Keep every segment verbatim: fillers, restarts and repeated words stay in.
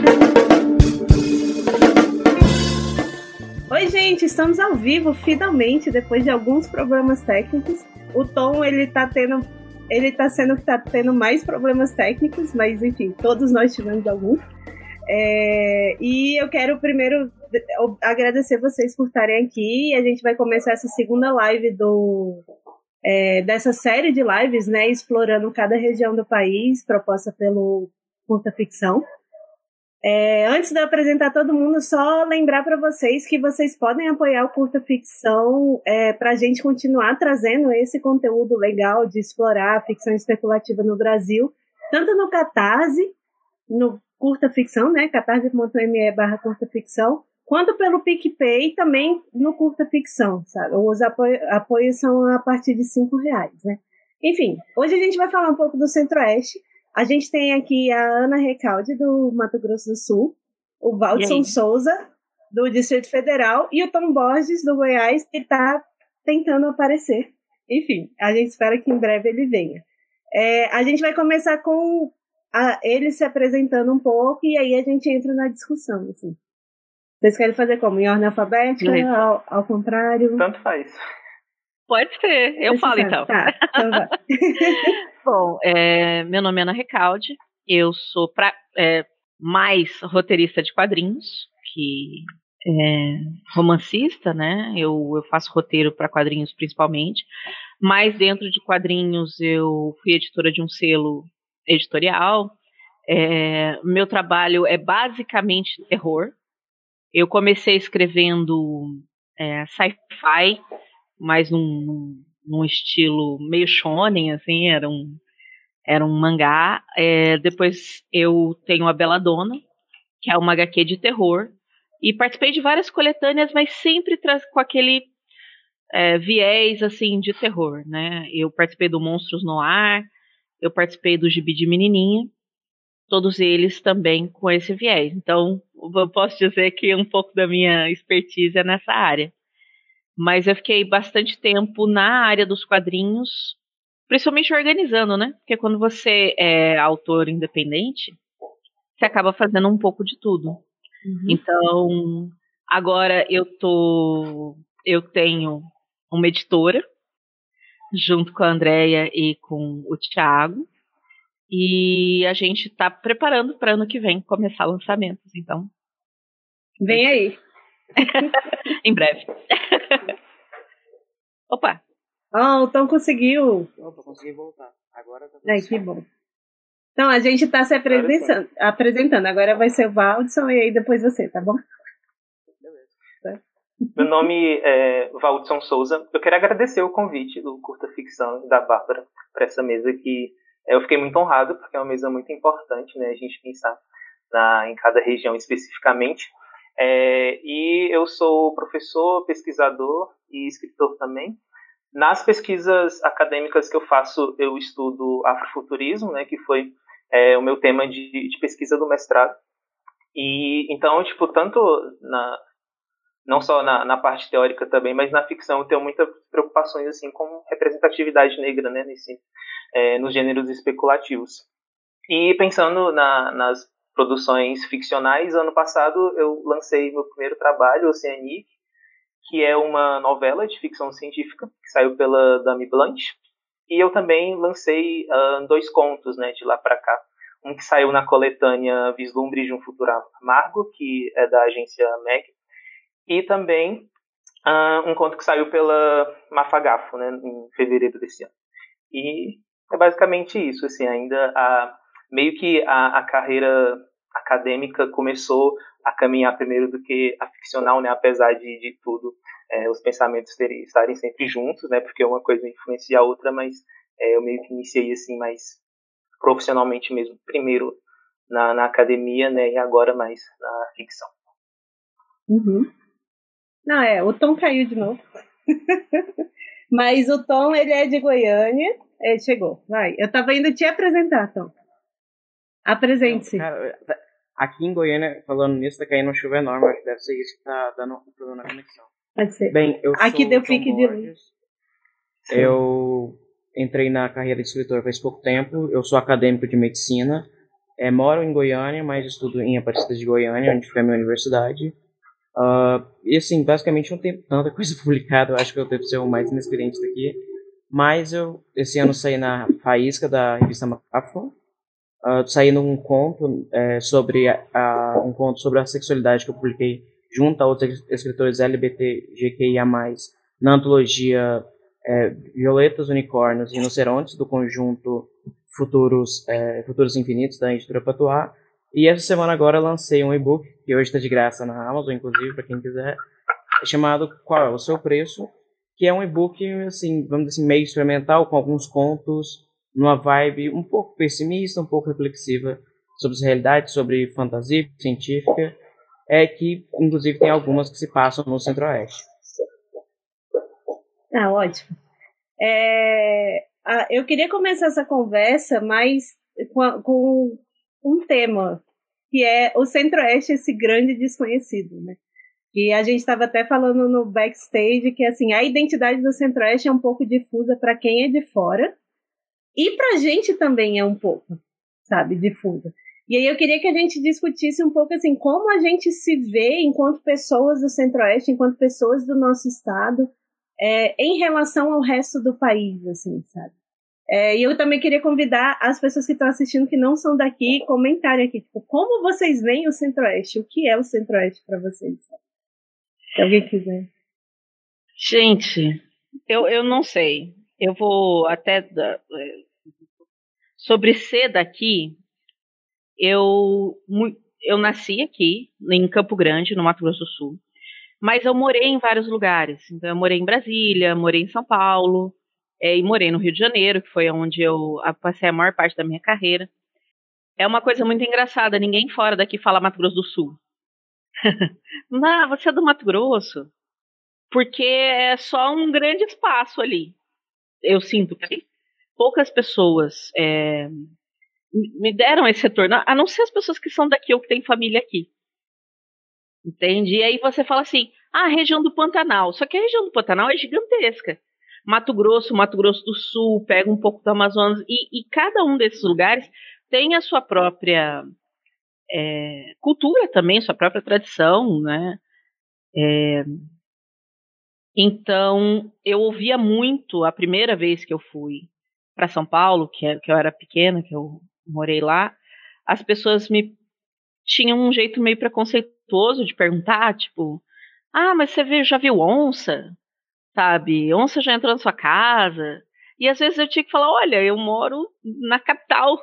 Oi, gente, estamos ao vivo, finalmente, depois de alguns problemas técnicos. O Tom, ele tá tendo, ele tá sendo que tá tendo mais problemas técnicos, mas enfim, todos nós tivemos alguns. É, e eu quero primeiro agradecer vocês por estarem aqui. A gente vai começar essa segunda live do, é, dessa série de lives, né, explorando cada região do país, proposta pelo Curta Ficção. É, antes de eu apresentar todo mundo, só lembrar para vocês que vocês podem apoiar o Curta Ficção é, para a gente continuar trazendo esse conteúdo legal de explorar a ficção especulativa no Brasil, tanto no Catarse, no Curta Ficção, né, catarse.me barra Curta Ficção, quanto pelo PicPay também no Curta Ficção, sabe? Os apoios, apoios são a partir de cinco reais, né? Enfim, hoje a gente vai falar um pouco do Centro-Oeste. A gente tem aqui a Ana Recalde, do Mato Grosso do Sul, o Valdson Souza, do Distrito Federal, e o Tom Borges, do Goiás, que está tentando aparecer. Enfim, a gente espera que em breve ele venha. É, a gente vai começar com a, ele se apresentando um pouco, e aí a gente entra na discussão. Assim. Vocês querem fazer como? Em ordem alfabética? Ao, ao contrário? Tanto faz. Pode ser, eu Você falo sabe. Então. Tá, então vai. Bom, é, meu nome é Ana Recalde, eu sou pra, é, mais roteirista de quadrinhos, que é romancista, né? Eu, eu faço roteiro para quadrinhos principalmente, mas dentro de quadrinhos eu fui editora de um selo editorial. É, meu trabalho é basicamente terror. Eu comecei escrevendo é, sci-fi, mas num, num estilo meio shonen, assim, era um, era um mangá. É, depois eu tenho a Belladonna, que é uma agá quê de terror, e participei de várias coletâneas, mas sempre com aquele é, viés, assim, de terror, né? Eu participei do Monstros no Ar, eu participei do Gibi de Menininha, todos eles também com esse viés. Então, eu posso dizer que um pouco da minha expertise é nessa área. Mas eu fiquei bastante tempo na área dos quadrinhos, principalmente organizando, né? Porque quando você é autor independente, você acaba fazendo um pouco de tudo. Uhum. Então, agora eu tô, eu tenho uma editora, junto com a Andréia e com o Thiago, e a gente está preparando para ano que vem começar lançamentos. Então, vem aí. Em breve. Opa! Oh, o Tom conseguiu. Opa, consegui voltar. Agora tá Ai, que bom. Então, a gente está se apresentando, apresentando. Agora vai ser o Valdson e aí depois você, tá bom? Beleza. Tá. Meu nome é Valdson Souza. Eu quero agradecer o convite do Curta Ficção e da Bárbara para essa mesa que eu fiquei muito honrado, porque é uma mesa muito importante, né? A gente pensar na, em cada região especificamente. É, e eu sou professor, pesquisador e escritor também. Nas pesquisas acadêmicas que eu faço, eu estudo afrofuturismo, né, que foi é, o meu tema de, de pesquisa do mestrado. E então, tipo, tanto na, não só na, na parte teórica também, mas na ficção eu tenho muitas preocupações assim com representatividade negra, né, nesse, é, nos gêneros especulativos. E pensando na, nas produções ficcionais, ano passado eu lancei meu primeiro trabalho, Oceanic, que é uma novela de ficção científica que saiu pela Dame Blanche, e eu também lancei uh, dois contos, né, de lá para cá, um que saiu na coletânea Vislumbres de um Futuro Amargo, que é da agência M E G, e também uh, um conto que saiu pela Mafagafo, né, em fevereiro desse ano. E é basicamente isso, assim, ainda a meio que a, a carreira acadêmica começou a caminhar primeiro do que a ficcional, né? Apesar de, de tudo, é, os pensamentos terem, estarem sempre juntos, né? Porque uma coisa influencia a outra, mas é, eu meio que iniciei assim mais profissionalmente mesmo, primeiro na, na academia, né? E agora mais na ficção. Uhum. Não, é, o Tom caiu de novo. Mas o Tom, ele é de Goiânia. Ele chegou, vai. Eu tava indo te apresentar, Tom. Apresente-se. Cara, aqui em Goiânia, falando nisso, tá caindo uma chuva enorme. Acho que deve ser isso que tá dando um problema na conexão. Pode ser. Bem, eu aqui sou deu Tom pique Borges. de luz. Eu entrei na carreira de escritor faz pouco tempo. Eu sou acadêmico de medicina. É, moro em Goiânia, mas estudo em Aparecida de Goiânia, onde fica a minha universidade. Uh, e assim, basicamente não tem tanta coisa publicada, eu acho que eu devo ser o mais inexperiente daqui. Mas eu, esse ano, saí na Faísca da revista Mafra, uh, saí num conto, é, sobre a, a, um conto sobre a sexualidade que eu publiquei junto a outros escritores L G B T Q I A mais, na antologia é, Violetas, Unicórnios e Rinocerontes, do conjunto Futuros, é, Futuros Infinitos, da editora Patois. E essa semana agora lancei um e-book, que hoje está de graça na Amazon, inclusive, para quem quiser, chamado Qual é o Seu Preço?, que é um e-book, assim, vamos dizer assim, meio experimental, com alguns contos, numa vibe um pouco pessimista, um pouco reflexiva sobre as realidades, sobre fantasia científica, é que, inclusive, tem algumas que se passam no Centro-Oeste. Ah, ótimo. É, a, eu queria começar essa conversa, mas com, com um tema, que é o Centro-Oeste, esse grande desconhecido, né? E a gente estava até falando no backstage que assim, a identidade do Centro-Oeste é um pouco difusa para quem é de fora e para a gente também é um pouco, sabe, difusa. E aí eu queria que a gente discutisse um pouco assim, como a gente se vê enquanto pessoas do Centro-Oeste, enquanto pessoas do nosso estado, é, em relação ao resto do país, assim, sabe? É, e eu também queria convidar as pessoas que estão assistindo que não são daqui, comentarem aqui, tipo, como vocês veem o Centro-Oeste? O que é o Centro-Oeste para vocês? Sabe? Se alguém quiser. Gente, eu, eu não sei. Eu vou até... Sobre ser daqui, eu, eu nasci aqui, em Campo Grande, no Mato Grosso do Sul, mas eu morei em vários lugares. Então, eu morei em Brasília, morei em São Paulo, é, e morei no Rio de Janeiro, que foi onde eu passei a maior parte da minha carreira. É uma coisa muito engraçada, ninguém fora daqui fala Mato Grosso do Sul. Não, você é do Mato Grosso? Porque é só um grande espaço ali. Eu sinto que poucas pessoas é, me deram esse retorno, a não ser as pessoas que são daqui ou que têm família aqui. Entende? E aí você fala assim, ah, a região do Pantanal. Só que a região do Pantanal é gigantesca. Mato Grosso, Mato Grosso do Sul, pega um pouco do Amazonas. E, e cada um desses lugares tem a sua própria é, cultura também, sua própria tradição, né? É, então, eu ouvia muito, a primeira vez que eu fui para São Paulo, que, é, que eu era pequena, que eu morei lá, as pessoas me tinham um jeito meio preconceituoso de perguntar, tipo, ah, mas você viu, já viu onça? Sabe, onça já entrou na sua casa? E às vezes eu tinha que falar, olha, eu moro na capital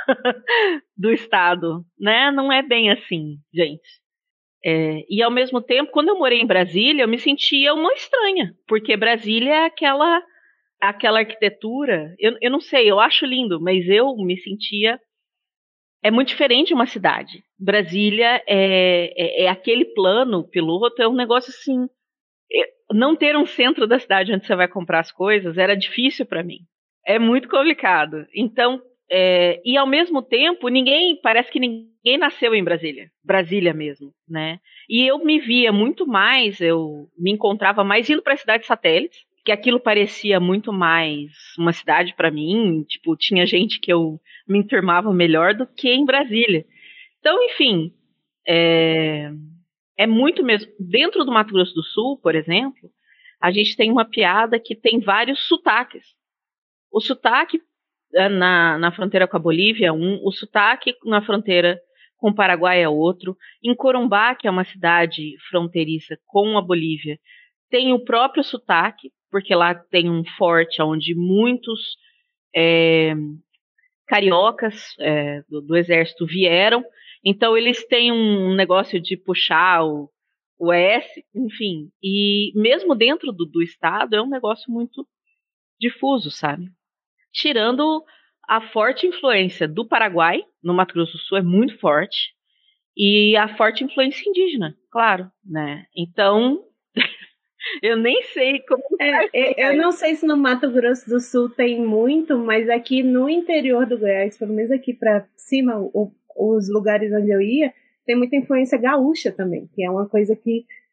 do estado, né? Não é bem assim, gente. É, e ao mesmo tempo, quando eu morei em Brasília, eu me sentia uma estranha, porque Brasília é aquela, aquela arquitetura, eu, eu não sei, eu acho lindo, mas eu me sentia, é muito diferente de uma cidade. Brasília é, é, é aquele plano piloto, é um negócio assim, não ter um centro da cidade onde você vai comprar as coisas era difícil para mim, é muito complicado. Então, É, e ao mesmo tempo, ninguém, parece que ninguém nasceu em Brasília, Brasília mesmo, né? E eu me via muito mais, eu me encontrava mais indo para cidades satélites, que aquilo parecia muito mais uma cidade para mim, tipo, tinha gente que eu me enturmava melhor do que em Brasília. Então, enfim, é, é muito mesmo. Dentro do Mato Grosso do Sul, por exemplo, a gente tem uma piada que tem vários sotaques. O sotaque Na, na fronteira com a Bolívia, um, o sotaque na fronteira com o Paraguai é outro. Em Corumbá, que é uma cidade fronteiriça com a Bolívia, tem o próprio sotaque, porque lá tem um forte onde muitos é, cariocas é, do, do exército vieram, então eles têm um negócio de puxar o, o S, enfim, e mesmo dentro do, do estado é um negócio muito difuso, sabe? Tirando a forte influência do Paraguai, no Mato Grosso do Sul, é muito forte, e a forte influência indígena, claro, né? Então, eu nem sei como... É, eu não sei se no Mato Grosso do Sul tem muito, mas aqui no interior do Goiás, pelo menos aqui para cima, o, os lugares onde eu ia, tem muita influência gaúcha também, que é uma coisa que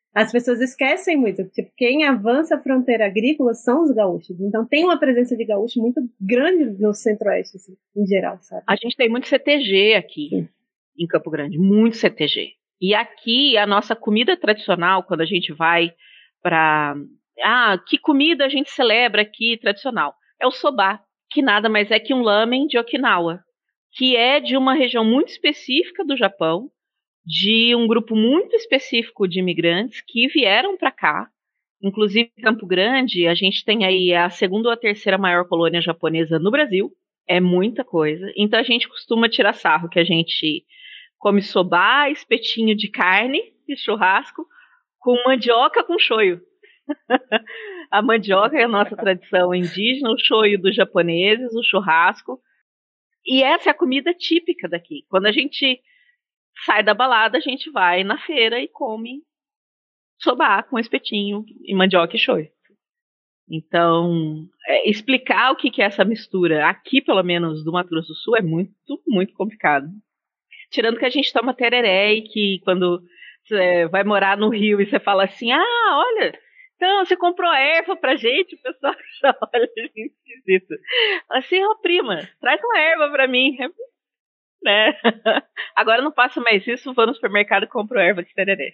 as pessoas esquecem muito. Tipo, quem avança a fronteira agrícola são os gaúchos. Então tem uma presença de gaúcho muito grande no centro-oeste, assim, em geral, sabe? A gente tem muito C T G aqui, Sim. em Campo Grande, muito C T G. E aqui, a nossa comida tradicional, quando a gente vai para... Ah, que comida a gente celebra aqui tradicional? É o soba, que nada mais é que um lamen de Okinawa, que é de uma região muito específica do Japão, de um grupo muito específico de imigrantes que vieram para cá. Inclusive, em Campo Grande, a gente tem aí a segunda ou a terceira maior colônia japonesa no Brasil. É muita coisa. Então, a gente costuma tirar sarro que a gente come soba, espetinho de carne e churrasco com mandioca com shoyu. A mandioca é a nossa tradição indígena, o shoyu dos japoneses, o churrasco. E essa é a comida típica daqui. Quando a gente sai da balada, a gente vai na feira e come soba com espetinho e mandioca e shoyu. Então, é, explicar o que, que é essa mistura aqui, pelo menos, do Mato Grosso do Sul, é muito, muito complicado. Tirando que a gente toma tereré e que quando você vai morar no Rio e você fala assim, ah, olha, então você comprou erva pra gente, o pessoal já olha esquisito. Assim, ó, prima, traz uma erva pra mim. Né? Agora não passa mais isso, vou no supermercado e compro erva de tereré.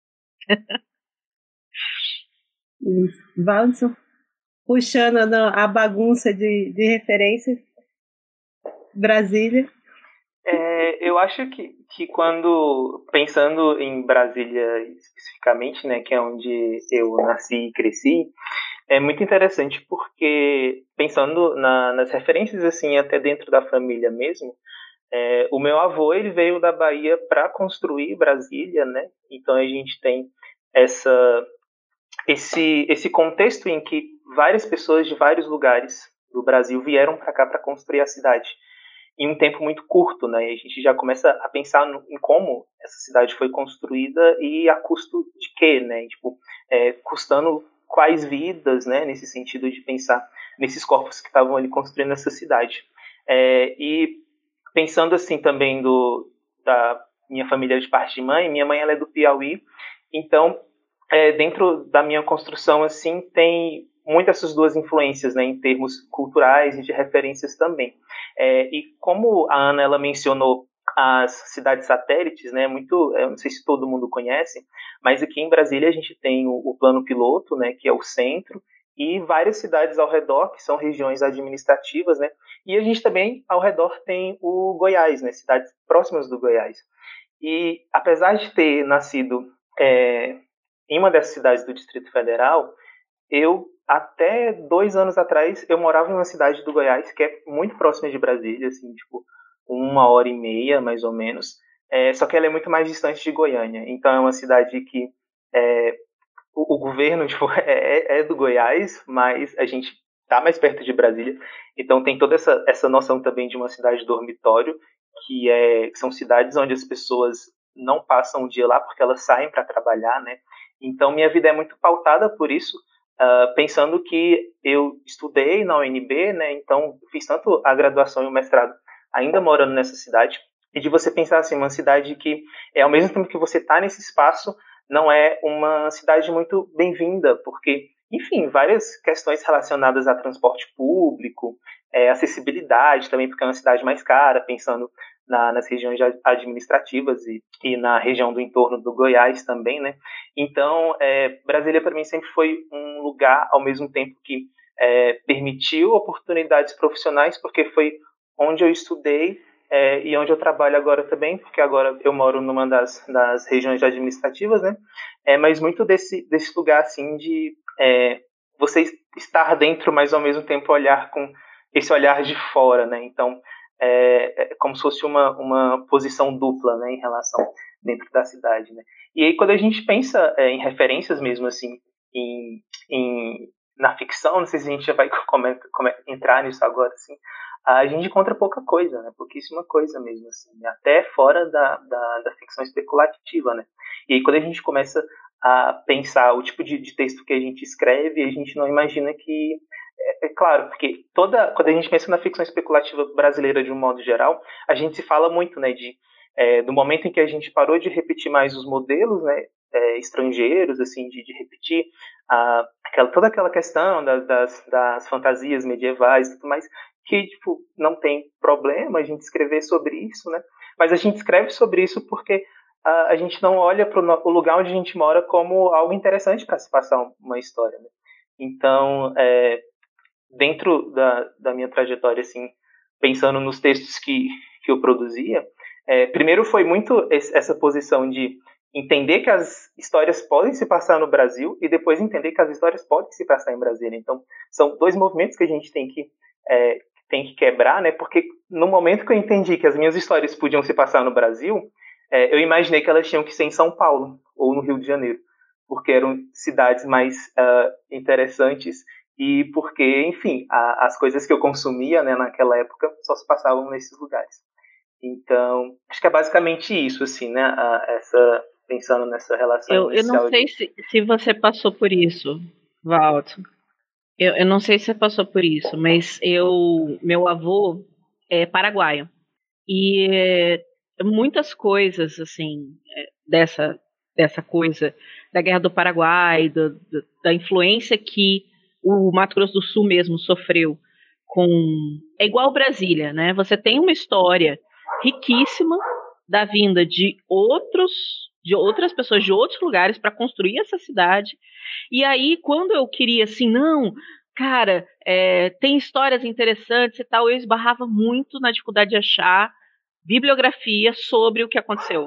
Valson, puxando a bagunça de, de referência, Brasília. É, eu acho que, que quando, pensando em Brasília especificamente, né, que é onde eu nasci e cresci, é muito interessante porque, pensando na, nas referências, assim, até dentro da família mesmo, é, o meu avô, ele veio da Bahia para construir Brasília, né, então a gente tem essa, esse, esse contexto em que várias pessoas de vários lugares do Brasil vieram para cá para construir a cidade. Em um tempo muito curto, né? E a gente já começa a pensar no, em como essa cidade foi construída e a custo de quê, né? Tipo, é, custando quais vidas, né? Nesse sentido de pensar nesses corpos que estavam ali construindo essa cidade. É, e pensando assim também do, da minha família de parte de mãe, minha mãe ela é do Piauí, então é, dentro da minha construção assim tem muitas essas duas influências, né, em termos culturais e de referências também. É, e como a Ana ela mencionou as cidades satélites, né, muito, eu não sei se todo mundo conhece, mas aqui em Brasília a gente tem o, o Plano Piloto, né, que é o centro, e várias cidades ao redor, que são regiões administrativas, né, e a gente também ao redor tem o Goiás, né, cidades próximas do Goiás. E apesar de ter nascido é, em uma dessas cidades do Distrito Federal, eu até dois anos atrás, eu morava em uma cidade do Goiás que é muito próxima de Brasília, assim, tipo, uma hora e meia, mais ou menos. É, só que ela é muito mais distante de Goiânia. Então é uma cidade que é, o, o governo tipo, é, é do Goiás, mas a gente está mais perto de Brasília. Então tem toda essa, essa noção também de uma cidade dormitório, que, é, que são cidades onde as pessoas não passam o dia lá porque elas saem para trabalhar, né? Então minha vida é muito pautada por isso. Uh, pensando que eu estudei na U N B, né, então fiz tanto a graduação e o mestrado ainda morando nessa cidade, e de você pensar assim, uma cidade que, é, ao mesmo tempo que você está nesse espaço, não é uma cidade muito bem-vinda, porque, enfim, várias questões relacionadas a transporte público, é, acessibilidade também, porque é uma cidade mais cara, pensando Na, nas regiões administrativas e, e na região do entorno do Goiás também, né? Então, é, Brasília para mim sempre foi um lugar, ao mesmo tempo que é, permitiu oportunidades profissionais, porque foi onde eu estudei é, e onde eu trabalho agora também, porque agora eu moro numa das, das regiões administrativas, né? É, mas muito desse, desse lugar, assim, de é, você estar dentro, mas ao mesmo tempo olhar com esse olhar de fora, né? Então, É, é como se fosse uma, uma posição dupla, né, em relação dentro da cidade, né. E aí quando a gente pensa é, em referências mesmo assim em, em, na ficção, não sei se a gente já vai come, come, entrar nisso agora assim, a gente encontra pouca coisa, né, pouquíssima coisa mesmo assim, até fora da, da, da ficção especulativa, né. E aí quando a gente começa a pensar o tipo de, de texto que a gente escreve, a gente não imagina que É, é claro, porque toda, quando a gente pensa na ficção especulativa brasileira de um modo geral, a gente se fala muito, né, de, é, do momento em que a gente parou de repetir mais os modelos, né, é, estrangeiros, assim, de, de repetir a, aquela, toda aquela questão da, das, das fantasias medievais e tudo mais, que, tipo, não tem problema a gente escrever sobre isso, né? Mas a gente escreve sobre isso porque a, a gente não olha para o lugar onde a gente mora como algo interessante para se passar uma história, né? Então, é, dentro da, da minha trajetória, assim, pensando nos textos que, que eu produzia, é, primeiro foi muito esse, essa posição de entender que as histórias podem se passar no Brasil e depois entender que as histórias podem se passar em Brasília. Então, são dois movimentos que a gente tem que, é, tem que quebrar, né? Porque no momento que eu entendi que as minhas histórias podiam se passar no Brasil, é, eu imaginei que elas tinham que ser em São Paulo ou no Rio de Janeiro, porque eram cidades mais uh, interessantes e porque, enfim, a, as coisas que eu consumia, né, naquela época só se passavam nesses lugares. Então, acho que é basicamente isso, assim, né, a, essa, pensando nessa relação Eu, eu não sei de... se, se você passou por isso, Valdo. Eu, eu não sei se você passou por isso, mas eu, meu avô é paraguaio. E é, muitas coisas, assim, é, dessa, dessa coisa da Guerra do Paraguai, do, do, da influência que o Mato Grosso do Sul mesmo sofreu com... É igual Brasília, né? Você tem uma história riquíssima da vinda de outros, de outras pessoas de outros lugares para construir essa cidade. E aí, quando eu queria assim, não, cara, é, tem histórias interessantes e tal, eu esbarrava muito na dificuldade de achar bibliografia sobre o que aconteceu.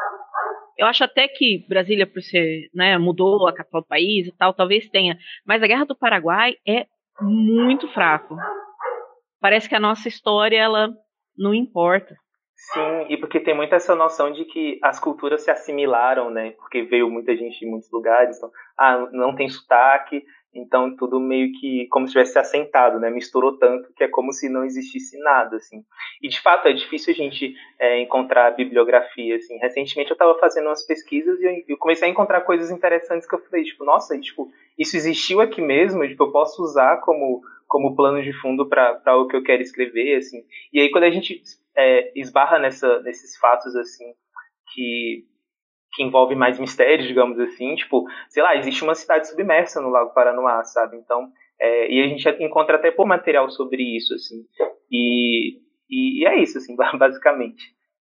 Eu acho até que Brasília, por ser, né, mudou a capital do país e tal, talvez tenha. Mas a Guerra do Paraguai é muito fraco. Parece que a nossa história, ela não importa. Sim, e porque tem muito essa noção de que as culturas se assimilaram, né? Porque veio muita gente de muitos lugares, então, ah, não tem sotaque, então tudo meio que como se tivesse se assentado, né? Misturou tanto que é como se não existisse nada, assim. E de fato é difícil a gente é, encontrar bibliografia, assim. Recentemente eu estava fazendo umas pesquisas e eu, eu comecei a encontrar coisas interessantes que eu falei, tipo, nossa, tipo, isso existiu aqui mesmo, tipo, eu posso usar como como plano de fundo para o que eu quero escrever, assim. E aí quando a gente é, esbarra nessa, nesses fatos, assim, que, que envolvem mais mistérios, digamos assim, tipo, sei lá, existe uma cidade submersa no Lago Paranoá, sabe? Então, é, e a gente encontra até por material sobre isso, assim. E, e, e é isso, assim, basicamente.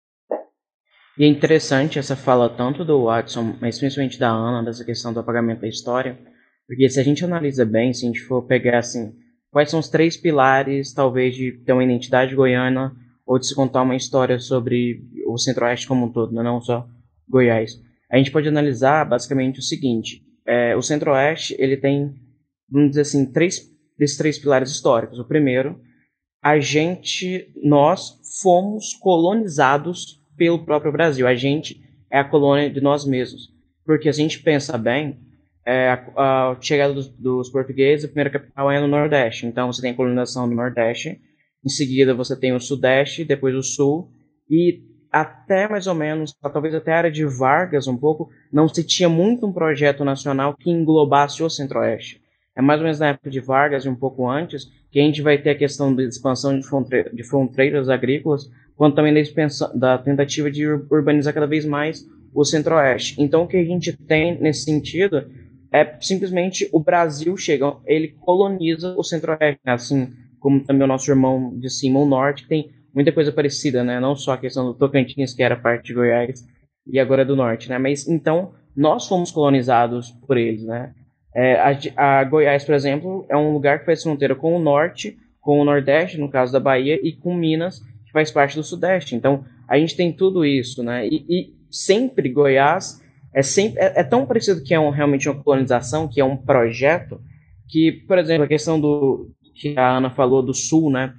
E é interessante essa fala tanto do Watson, mas principalmente da Ana, dessa questão do apagamento da história, porque se a gente analisa bem, se a gente for pegar, assim, quais são os três pilares, talvez, de ter uma identidade goiana ou de se contar uma história sobre o Centro-Oeste como um todo, não só Goiás. A gente pode analisar, basicamente, o seguinte. É, o Centro-Oeste, ele tem, vamos dizer assim, três, esses três pilares históricos. O primeiro, a gente, nós fomos colonizados pelo próprio Brasil. A gente é a colônia de nós mesmos. Porque se a gente pensa bem, É, a, a chegada dos, dos portugueses, a primeira capital é no Nordeste. Então você tem a colonização do Nordeste, em seguida você tem o Sudeste, depois o Sul, e até mais ou menos, talvez até a área de Vargas um pouco, não se tinha muito um projeto nacional que englobasse o Centro-Oeste. É mais ou menos na época de Vargas e um pouco antes que a gente vai ter a questão da expansão de, fronte, de fronteiras agrícolas, quanto também da, expansão, da tentativa de urbanizar cada vez mais o Centro-Oeste. Então o que a gente tem nesse sentido é simplesmente o Brasil chega, ele coloniza o Centro-Oeste, né? Assim como também o nosso irmão de cima, o Norte, que tem muita coisa parecida, né? Não só a questão do Tocantins, que era parte de Goiás, e agora é do Norte, né? Mas então, nós fomos colonizados por eles, né? É, a, a Goiás, por exemplo, é um lugar que faz fronteira com o Norte, com o Nordeste, no caso da Bahia, e com Minas, que faz parte do Sudeste. Então, a gente tem tudo isso, né? E, e sempre Goiás É, sempre, é, é tão parecido que é um, realmente uma colonização, que é um projeto, que, por exemplo, a questão do que a Ana falou do Sul, né?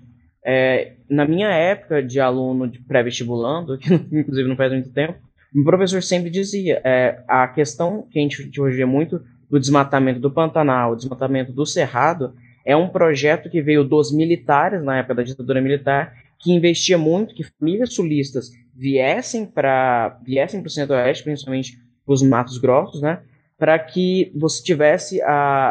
É, na minha época de aluno de pré-vestibulando, que inclusive não faz muito tempo, o professor sempre dizia, é, a questão que a gente hoje vê muito do desmatamento do Pantanal, o desmatamento do Cerrado, é um projeto que veio dos militares, na época da ditadura militar, que investia muito que famílias sulistas viessem para viessem para o Centro-Oeste, principalmente os Matos Grossos, né, para que você tivesse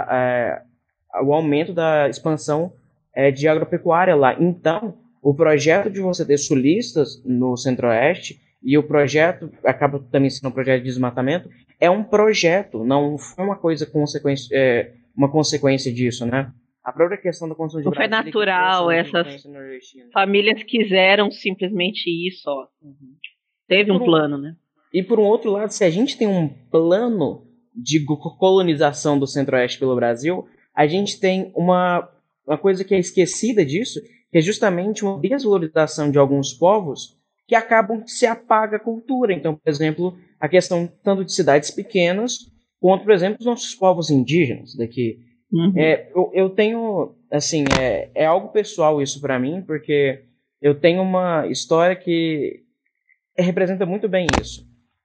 a, a, o aumento da expansão é, de agropecuária lá. Então, o projeto de você ter sulistas no Centro-Oeste, e o projeto acaba também sendo um projeto de desmatamento, é um projeto, não foi uma coisa consequência, é, uma consequência disso, né? A própria questão da construção de Não foi Brasília, natural, essas famílias quiseram simplesmente isso, ó. Uhum. Teve um um, plano, né? E por um outro lado, se a gente tem um plano de colonização do Centro-Oeste pelo Brasil, a gente tem uma, uma coisa que é esquecida disso, que é justamente uma desvalorização de alguns povos que acabam que se apaga a cultura. Então, por exemplo, a questão tanto de cidades pequenas, quanto, por exemplo, os nossos povos indígenas daqui. Uhum. É, eu, eu tenho, assim, é, é algo pessoal isso para mim, porque eu tenho uma história que representa muito bem isso.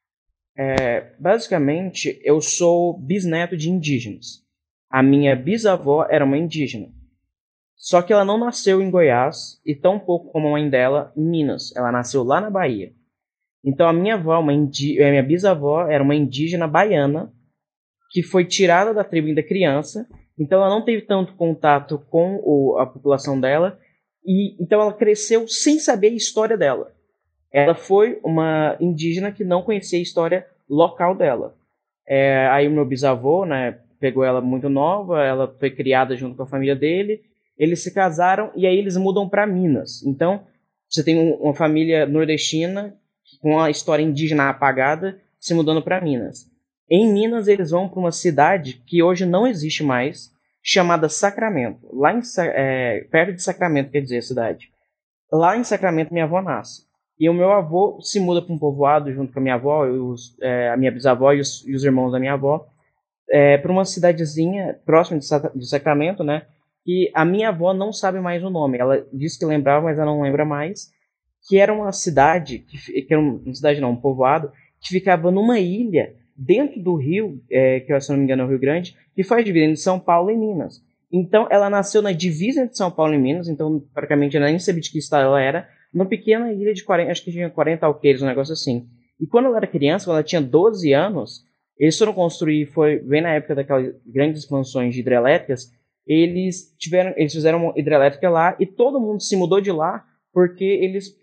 É, basicamente, eu sou bisneto de indígenas. A minha bisavó era uma indígena. Só que ela não nasceu em Goiás, e tão pouco como a mãe dela em Minas. Ela nasceu lá na Bahia. Então a minha avó, uma indi- a minha bisavó, era uma indígena baiana que foi tirada da tribo ainda criança. Então ela não teve tanto contato com o, a população dela, e então ela cresceu sem saber a história dela. Ela foi uma indígena que não conhecia a história local dela. É, aí o meu bisavô, né, pegou ela muito nova, ela foi criada junto com a família dele, eles se casaram e aí eles mudam para Minas. Então você tem um, uma família nordestina com a história indígena apagada se mudando para Minas. Em Minas eles vão para uma cidade que hoje não existe mais, chamada Sacramento. Lá em, é, perto de Sacramento, quer dizer, a cidade. Lá em Sacramento minha avó nasce. E o meu avô se muda para um povoado junto com a minha avó, os, é, a minha bisavó e os, e os irmãos da minha avó, é, para uma cidadezinha próxima de, de Sacramento, né? Que a minha avó não sabe mais o nome. Ela disse que lembrava, mas ela não lembra mais. Que era uma cidade, que, que era uma cidade não, um povoado, que ficava numa ilha dentro do rio, é, que se não me engano é o Rio Grande, que faz divisão de São Paulo e Minas. Então ela nasceu na divisa de São Paulo e Minas, então praticamente ela nem sabia de que estado ela era, numa pequena ilha de quarenta, acho que tinha quarenta alqueires, um negócio assim. E quando ela era criança, quando ela tinha doze anos, eles foram construir, foi bem na época daquelas grandes expansões de hidrelétricas, eles, tiveram, eles fizeram uma hidrelétrica lá e todo mundo se mudou de lá porque eles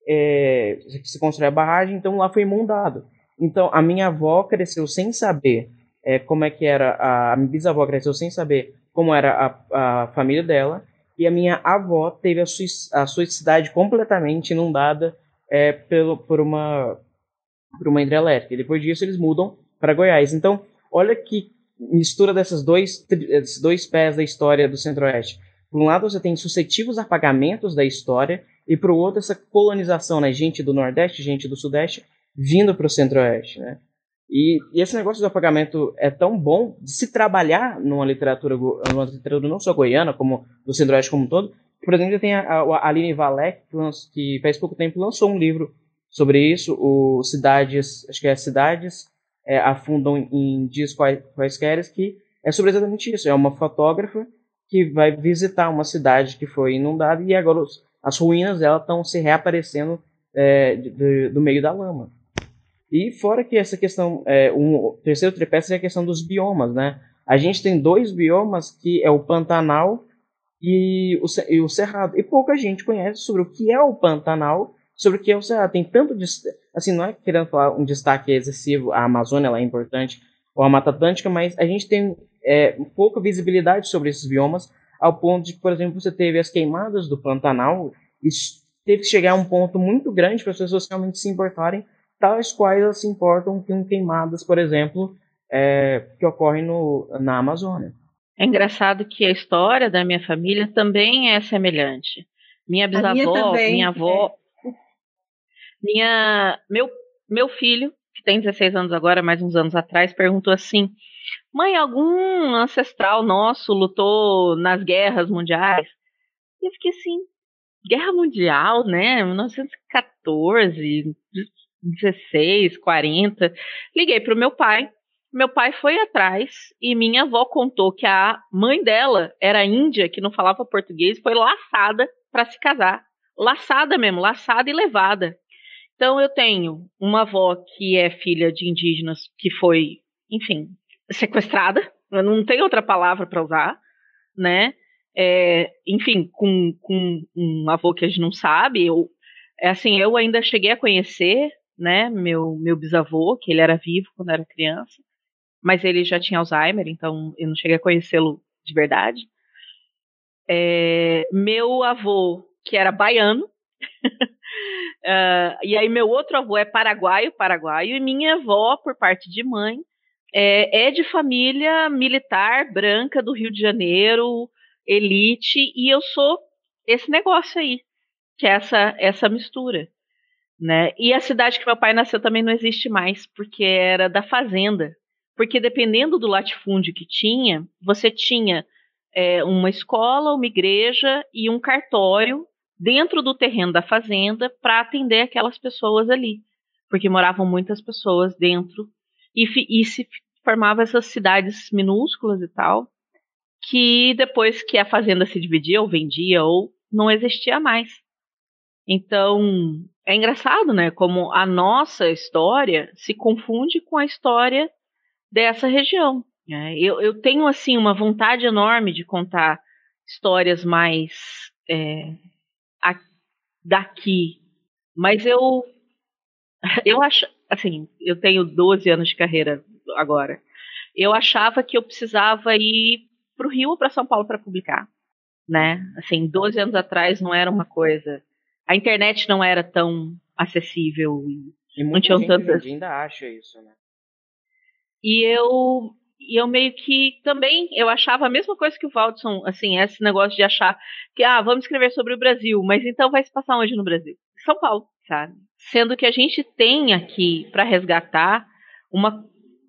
é, se construiu a barragem, então lá foi inundado. Então a minha avó cresceu sem saber é, como é que era, a, a minha bisavó cresceu sem saber como era a, a família dela, e a minha avó teve a sua, a sua cidade completamente inundada é, pelo, por, uma, por uma hidrelétrica. E depois disso eles mudam para Goiás. Então, olha que mistura desses dois, desses dois pés da história do Centro-Oeste. Por um lado você tem sucessivos apagamentos da história, e por outro essa colonização, né? Gente do Nordeste, gente do Sudeste, vindo para o Centro-Oeste, né? E, e esse negócio do apagamento é tão bom de se trabalhar numa literatura, numa literatura não só goiana, como do Centro-Oeste como um todo. Por exemplo, tem a, a Aline Valek, que, lançou, que faz pouco tempo lançou um livro sobre isso, o Cidades, acho que é Cidades é, Afundam em Dias Quaisquer, que é sobre exatamente isso. É uma fotógrafa que vai visitar uma cidade que foi inundada e agora os, as ruínas dela estão se reaparecendo é, de, de, do meio da lama. E fora que essa questão, é, um, o terceiro tripé é a questão dos biomas, né? A gente tem dois biomas, que é o Pantanal e o, e o Cerrado. E pouca gente conhece sobre o que é o Pantanal, sobre o que é o Cerrado. Tem tanto, assim, não é querendo falar um destaque excessivo, a Amazônia ela é importante, ou a Mata Atlântica, mas a gente tem é, pouca visibilidade sobre esses biomas, ao ponto de que, por exemplo, você teve as queimadas do Pantanal, e teve que chegar a um ponto muito grande para as pessoas realmente se importarem, tais quais elas se importam com queimadas, por exemplo, é, que ocorrem no, na Amazônia. É engraçado que a história da minha família também é semelhante. Minha bisavó, minha, minha avó, é. minha, meu, meu filho, que tem dezesseis anos agora, mais uns anos atrás, perguntou assim: mãe, algum ancestral nosso lutou nas guerras mundiais? E eu fiquei assim, guerra mundial, né? mil novecentos e quatorze, dezesseis, quarenta. Liguei pro meu pai. Meu pai foi atrás e minha avó contou que a mãe dela era índia, que não falava português, foi laçada para se casar. Laçada mesmo, laçada e levada. Então eu tenho uma avó que é filha de indígenas que foi, enfim, sequestrada. Eu não tenho outra palavra para usar, né? É, enfim, com, com um avô que a gente não sabe. Eu, é assim, eu ainda cheguei a conhecer né, meu, meu bisavô, que ele era vivo quando eu era criança, mas ele já tinha Alzheimer, então eu não cheguei a conhecê-lo de verdade. É, meu avô, que era baiano, uh, e aí meu outro avô é paraguaio, paraguaio, e minha avó, por parte de mãe, é, é de família militar branca do Rio de Janeiro, elite, e eu sou esse negócio aí, que é essa, essa mistura, né? E a cidade que meu pai nasceu também não existe mais, porque era da fazenda. Porque dependendo do latifúndio que tinha, você tinha é, uma escola, uma igreja e um cartório dentro do terreno da fazenda para atender aquelas pessoas ali. Porque moravam muitas pessoas dentro e, e se formavam essas cidades minúsculas e tal, que depois que a fazenda se dividia ou vendia ou não existia mais. Então, é engraçado, né? Como a nossa história se confunde com a história dessa região. Né? Eu, eu tenho, assim, uma vontade enorme de contar histórias mais é, a, daqui. Mas eu, eu acho, assim, eu tenho doze anos de carreira agora. Eu achava que eu precisava ir para o Rio ou para São Paulo para publicar. Né? Assim, doze anos atrás não era uma coisa... A internet não era tão acessível. E não muita tinham gente tantas... hoje ainda acha isso, né? E eu, e eu meio que também, eu achava a mesma coisa que o Valdson, assim, esse negócio de achar que, ah, vamos escrever sobre o Brasil, mas então vai se passar onde no Brasil? São Paulo, sabe? Sendo que a gente tem aqui para resgatar uma,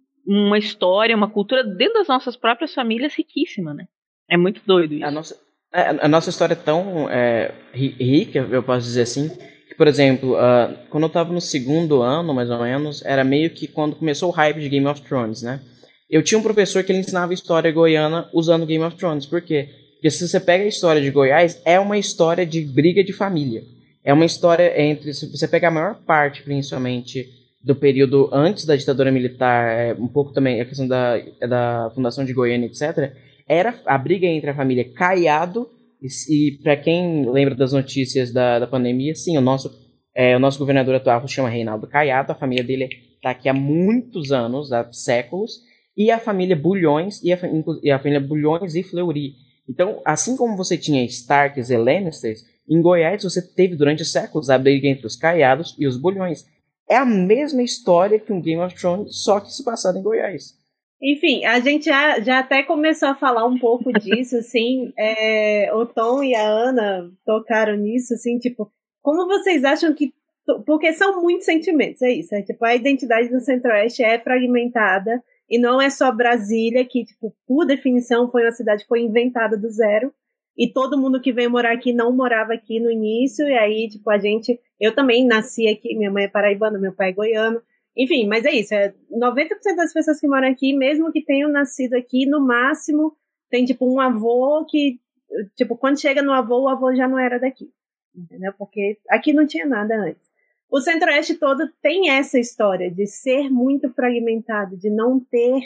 uma história, uma cultura dentro das nossas próprias famílias riquíssima, né? É muito doido isso. A nossa, a nossa história é tão é, rica, eu posso dizer assim, que, por exemplo, uh, quando eu estava no segundo ano, mais ou menos, era meio que quando começou o hype de Game of Thrones, né? Eu tinha um professor que ele ensinava história goiana usando Game of Thrones. Por quê? Porque se você pega a história de Goiás, é uma história de briga de família. É uma história entre... Se você pegar a maior parte, principalmente, do período antes da ditadura militar, um pouco também a questão da, da fundação de Goiânia, etcétera, era a briga entre a família Caiado, e, e para quem lembra das notícias da, da pandemia, sim, o nosso, é, o nosso governador atual se chama Reinaldo Caiado, a família dele está aqui há muitos anos, há séculos, e a família Bulhões, e a, e a família Bulhões e Fleury. Então, assim como você tinha Starks e Lannisters, em Goiás você teve durante séculos a briga entre os Caiados e os Bulhões. É a mesma história que um Game of Thrones, só que se passado em Goiás. Enfim, a gente já, já até começou a falar um pouco disso, assim, é, o Tom e a Ana tocaram nisso, assim, tipo, como vocês acham que, porque são muitos sentimentos, é isso, é, tipo, a identidade do Centro-Oeste é fragmentada, e não é só Brasília, que, tipo, por definição foi uma cidade que foi inventada do zero, e todo mundo que veio morar aqui não morava aqui no início, e aí, tipo, a gente, eu também nasci aqui, minha mãe é paraibana, meu pai é goiano. Enfim, mas é isso, é noventa por cento das pessoas que moram aqui, mesmo que tenham nascido aqui, no máximo, tem, tipo, um avô que, tipo, quando chega no avô, o avô já não era daqui, entendeu? Porque aqui não tinha nada antes. O Centro-Oeste todo tem essa história de ser muito fragmentado, de não ter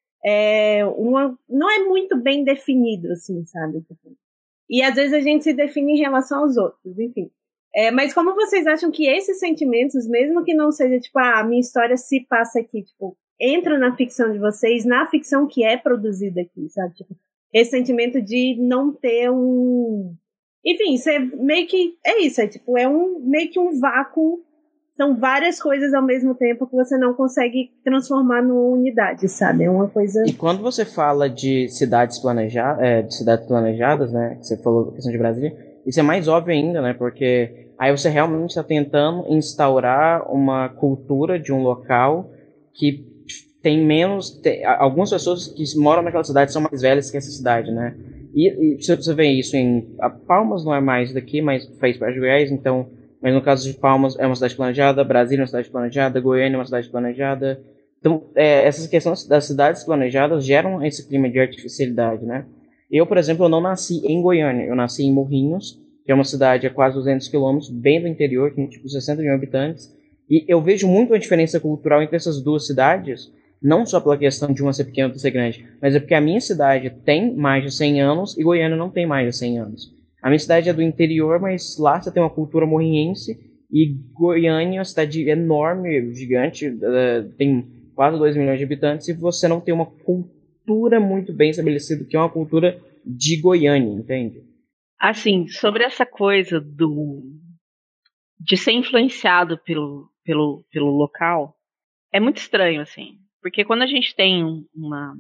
é, uma... não é muito bem definido, assim, sabe? E às vezes a gente se define em relação aos outros, enfim. É, mas como vocês acham que esses sentimentos, mesmo que não seja, tipo, ah, a minha história se passa aqui, tipo, entra na ficção de vocês, na ficção que é produzida aqui, sabe? Tipo, esse sentimento de não ter um... Enfim, você meio que... É isso, é tipo, é um, meio que um vácuo. São várias coisas ao mesmo tempo que você não consegue transformar numa unidade, sabe? É uma coisa... E quando você fala de cidades planejadas, é, de cidades planejadas, né? Que você falou da questão de Brasília, isso é mais óbvio ainda, né? Porque aí você realmente está tentando instaurar uma cultura de um local que tem menos... Tem, algumas pessoas que moram naquela cidade são mais velhas que essa cidade, né? E, e você vê isso em... A Palmas não é mais daqui, mas faz parte de Goiás, então... Mas no caso de Palmas é uma cidade planejada, Brasília é uma cidade planejada, Goiânia é uma cidade planejada. Então, é, essas questões das cidades planejadas geram esse clima de artificialidade, né? Eu, por exemplo, eu não nasci em Goiânia, eu nasci em Morrinhos, que é uma cidade a quase duzentos quilômetros, bem do interior, que tem tipo sessenta mil habitantes. E eu vejo muito a diferença cultural entre essas duas cidades, não só pela questão de uma ser pequena e outra ser grande, mas é porque a minha cidade tem mais de cem anos e Goiânia não tem mais de cem anos. A minha cidade é do interior, mas lá você tem uma cultura morrinhense E Goiânia é uma cidade enorme, gigante, uh, tem quase dois milhões de habitantes, e você não tem uma cultura muito bem estabelecida, que é uma cultura de Goiânia, entende? Assim, sobre essa coisa do de ser influenciado pelo, pelo, pelo local, é muito estranho, assim. Porque quando a gente tem uma,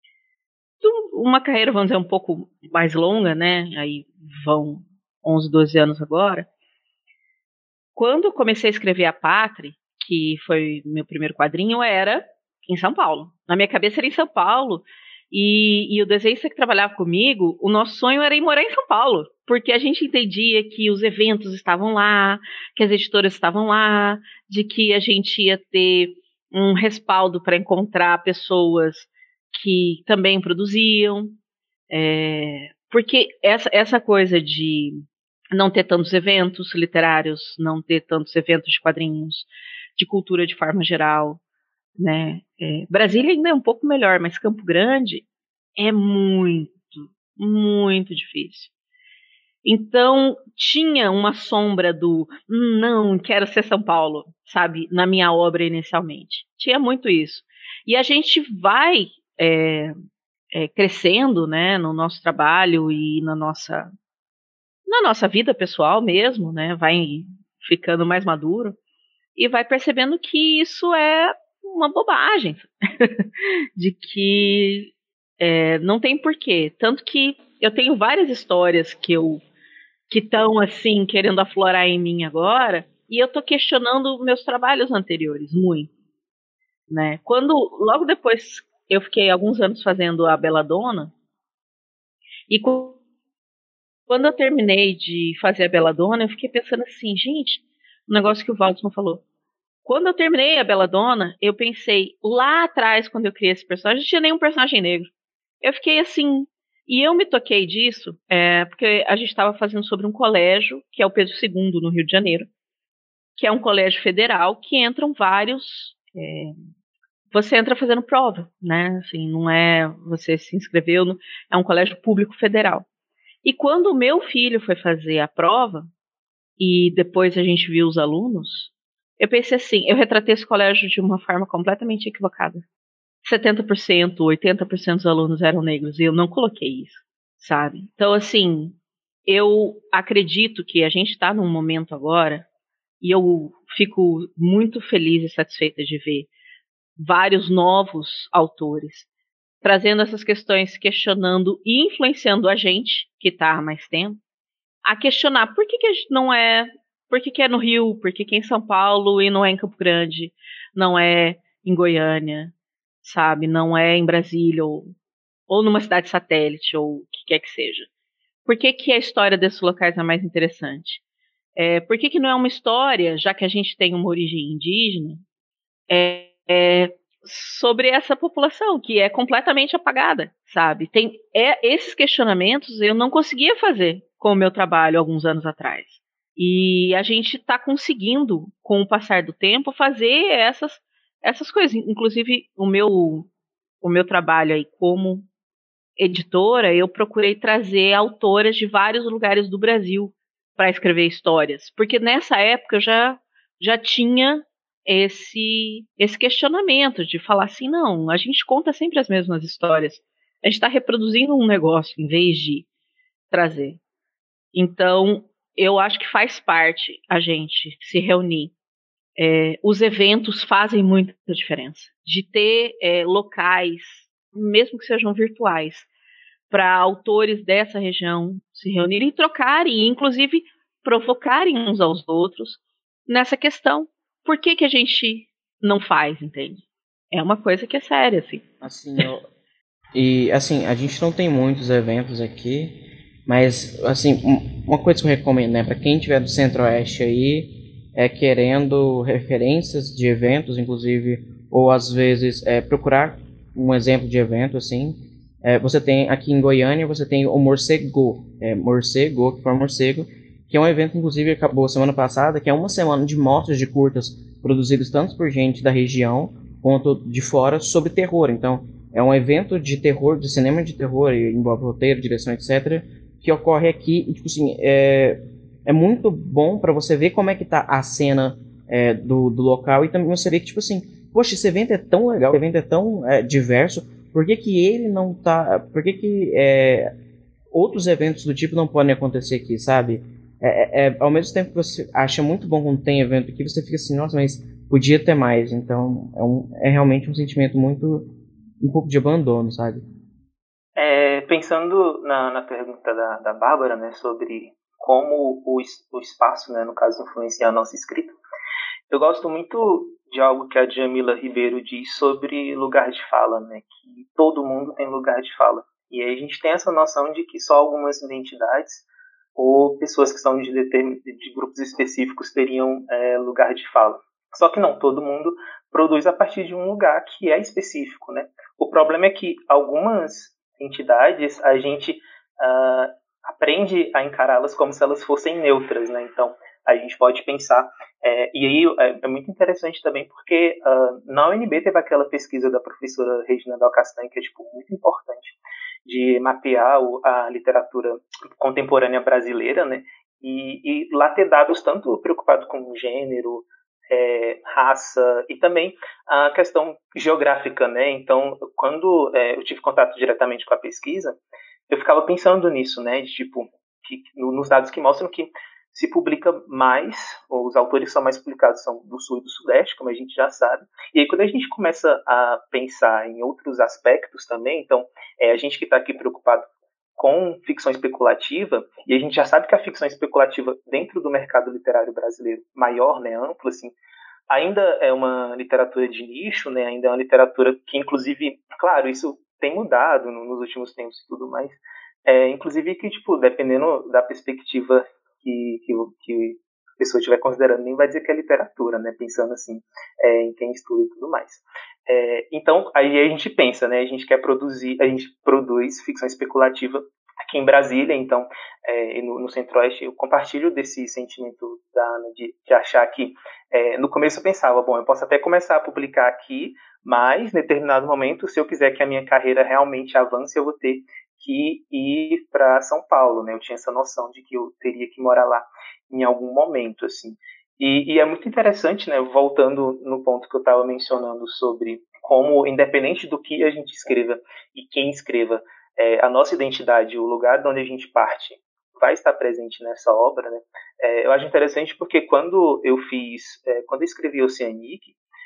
uma carreira, vamos dizer, um pouco mais longa, né? Aí vão onze, doze anos agora. Quando eu comecei a escrever A Pátria, que foi meu primeiro quadrinho, era em São Paulo. Na minha cabeça era em São Paulo. E, e o desenhista que trabalhava comigo, o nosso sonho era ir morar em São Paulo. Porque a gente entendia que os eventos estavam lá, que as editoras estavam lá, de que a gente ia ter um respaldo para encontrar pessoas que também produziam. É, porque essa, essa coisa de não ter tantos eventos literários, não ter tantos eventos de quadrinhos, de cultura de forma geral, né? É, Brasília ainda é um pouco melhor, mas Campo Grande é muito, muito difícil. Então, tinha uma sombra do hum, não, quero ser São Paulo, sabe, na minha obra inicialmente. Tinha muito isso. E a gente vai é, é, crescendo, né, no nosso trabalho e na nossa, na nossa vida pessoal mesmo, né, vai ficando mais maduro e vai percebendo que isso é uma bobagem, de que é, não tem porquê. Tanto que eu tenho várias histórias que eu que estão assim querendo aflorar em mim agora, e eu estou questionando meus trabalhos anteriores muito, né? Quando logo depois eu fiquei alguns anos fazendo a Belladonna, e quando eu terminei de fazer a Belladonna, eu fiquei pensando assim, gente, um negócio que o Waldson falou. Quando eu terminei a Belladonna, eu pensei, lá atrás, quando eu criei esse personagem, não tinha nenhum personagem negro. Eu fiquei assim, e eu me toquei disso, é, porque a gente estava fazendo sobre um colégio, que é o Pedro segundo, no Rio de Janeiro, que é um colégio federal, que entram vários... É, você entra fazendo prova, né? Assim, não é você se inscreveu, no, é um colégio público federal. E quando o meu filho foi fazer a prova, e depois a gente viu os alunos, eu pensei assim, eu retratei esse colégio de uma forma completamente equivocada. setenta por cento, oitenta por cento dos alunos eram negros, e eu não coloquei isso, sabe? Então, assim, eu acredito que a gente está num momento agora, e eu fico muito feliz e satisfeita de ver vários novos autores trazendo essas questões, questionando e influenciando a gente, que está há mais tempo, a questionar por que, que a gente não é, por que, que é no Rio, por que, que é em São Paulo e não é em Campo Grande, não é em Goiânia, sabe, não é em Brasília ou, ou numa cidade satélite ou o que quer que seja. Por que, que a história desses locais é mais interessante? É, por que, que não é uma história, já que a gente tem uma origem indígena, é, é, sobre essa população que é completamente apagada, sabe? Tem, é, esses questionamentos eu não conseguia fazer com o meu trabalho alguns anos atrás. E a gente está conseguindo, com o passar do tempo, fazer essas, essas coisas. Inclusive, o meu, o meu trabalho aí como editora, eu procurei trazer autoras de vários lugares do Brasil para escrever histórias. Porque nessa época eu já, já tinha esse, esse questionamento de falar assim, não, a gente conta sempre as mesmas histórias. A gente está reproduzindo um negócio em vez de trazer. Então, eu acho que faz parte a gente se reunir. É, os eventos fazem muita diferença. De ter é, locais, mesmo que sejam virtuais, para autores dessa região se reunirem e trocarem, e inclusive provocarem uns aos outros nessa questão. Por que, que a gente não faz, entende? É uma coisa que é séria, assim. Assim, eu... E, assim, a gente não tem muitos eventos aqui, mas, assim, uma coisa que eu recomendo, né, para quem estiver do Centro-Oeste aí, é querendo referências de eventos, inclusive, ou às vezes é, procurar um exemplo de evento, assim. É, você tem, aqui em Goiânia, você tem o Morcego, é, Morcego, que for morcego, que é um evento, inclusive, que acabou semana passada, que é uma semana de mostras de curtas produzidos tanto por gente da região quanto de fora sobre terror. Então, é um evento de terror, de cinema de terror, envolve roteiro, direção, etcétera, que ocorre aqui, e, tipo assim, é, é muito bom para você ver como é que tá a cena é, do, do local, e também você vê que, tipo assim, poxa, esse evento é tão legal, esse evento é tão é, diverso, por que que ele não tá... Por que que é, outros eventos do tipo não podem acontecer aqui, sabe? É, é, ao mesmo tempo que você acha muito bom quando tem evento aqui, você fica assim, nossa, mas podia ter mais. Então, é, um, é realmente um sentimento muito... um pouco de abandono, sabe? É, pensando na, na pergunta da, da Bárbara, né, sobre como o, o espaço, né, no caso, influencia a nossa escrita, eu gosto muito de algo que a Djamila Ribeiro diz sobre lugar de fala, né, que todo mundo tem lugar de fala. E aí a gente tem essa noção de que só algumas identidades ou pessoas que são de, determin, de grupos específicos teriam é, lugar de fala. Só que não, todo mundo produz a partir de um lugar que é específico, né? O problema é que algumas entidades, a gente uh, aprende a encará-las como se elas fossem neutras, né? Então, a gente pode pensar... É, e aí é, é muito interessante também porque uh, na U N B teve aquela pesquisa da professora Regina Dal Castanho, que é tipo, muito importante, de mapear o, a literatura contemporânea brasileira, né? E, e lá ter dados tanto preocupados com gênero, É, raça e também a questão geográfica, né? Então, quando é, eu tive contato diretamente com a pesquisa, eu ficava pensando nisso, né? De, tipo, que, nos dados que mostram que se publica mais, ou os autores que são mais publicados são do Sul e do Sudeste, como a gente já sabe. E aí, quando a gente começa a pensar em outros aspectos também, então, é, a gente que está aqui preocupado com ficção especulativa, e a gente já sabe que a ficção especulativa dentro do mercado literário brasileiro maior, né, amplo, assim, ainda é uma literatura de nicho, né, ainda é uma literatura que, inclusive, claro, isso tem mudado nos últimos tempos e tudo mais, é, inclusive que, tipo, dependendo da perspectiva que, que, que a pessoa estiver considerando, nem vai dizer que é literatura, né, pensando assim, é, em quem estuda e tudo mais. É, então, aí a gente pensa, né, a gente quer produzir, a gente produz ficção especulativa aqui em Brasília, então, é, no, no Centro-Oeste, eu compartilho desse sentimento da Ana de, de achar que, é, no começo eu pensava, bom, eu posso até começar a publicar aqui, mas, em determinado momento, se eu quiser que a minha carreira realmente avance, eu vou ter que ir para São Paulo, né, eu tinha essa noção de que eu teria que morar lá em algum momento, assim. E, e é muito interessante, né, voltando no ponto que eu estava mencionando sobre como, independente do que a gente escreva e quem escreva, é, a nossa identidade, o lugar de onde a gente parte, vai estar presente nessa obra, né? É, eu acho interessante porque quando eu fiz, é, quando eu escrevi Oceanic,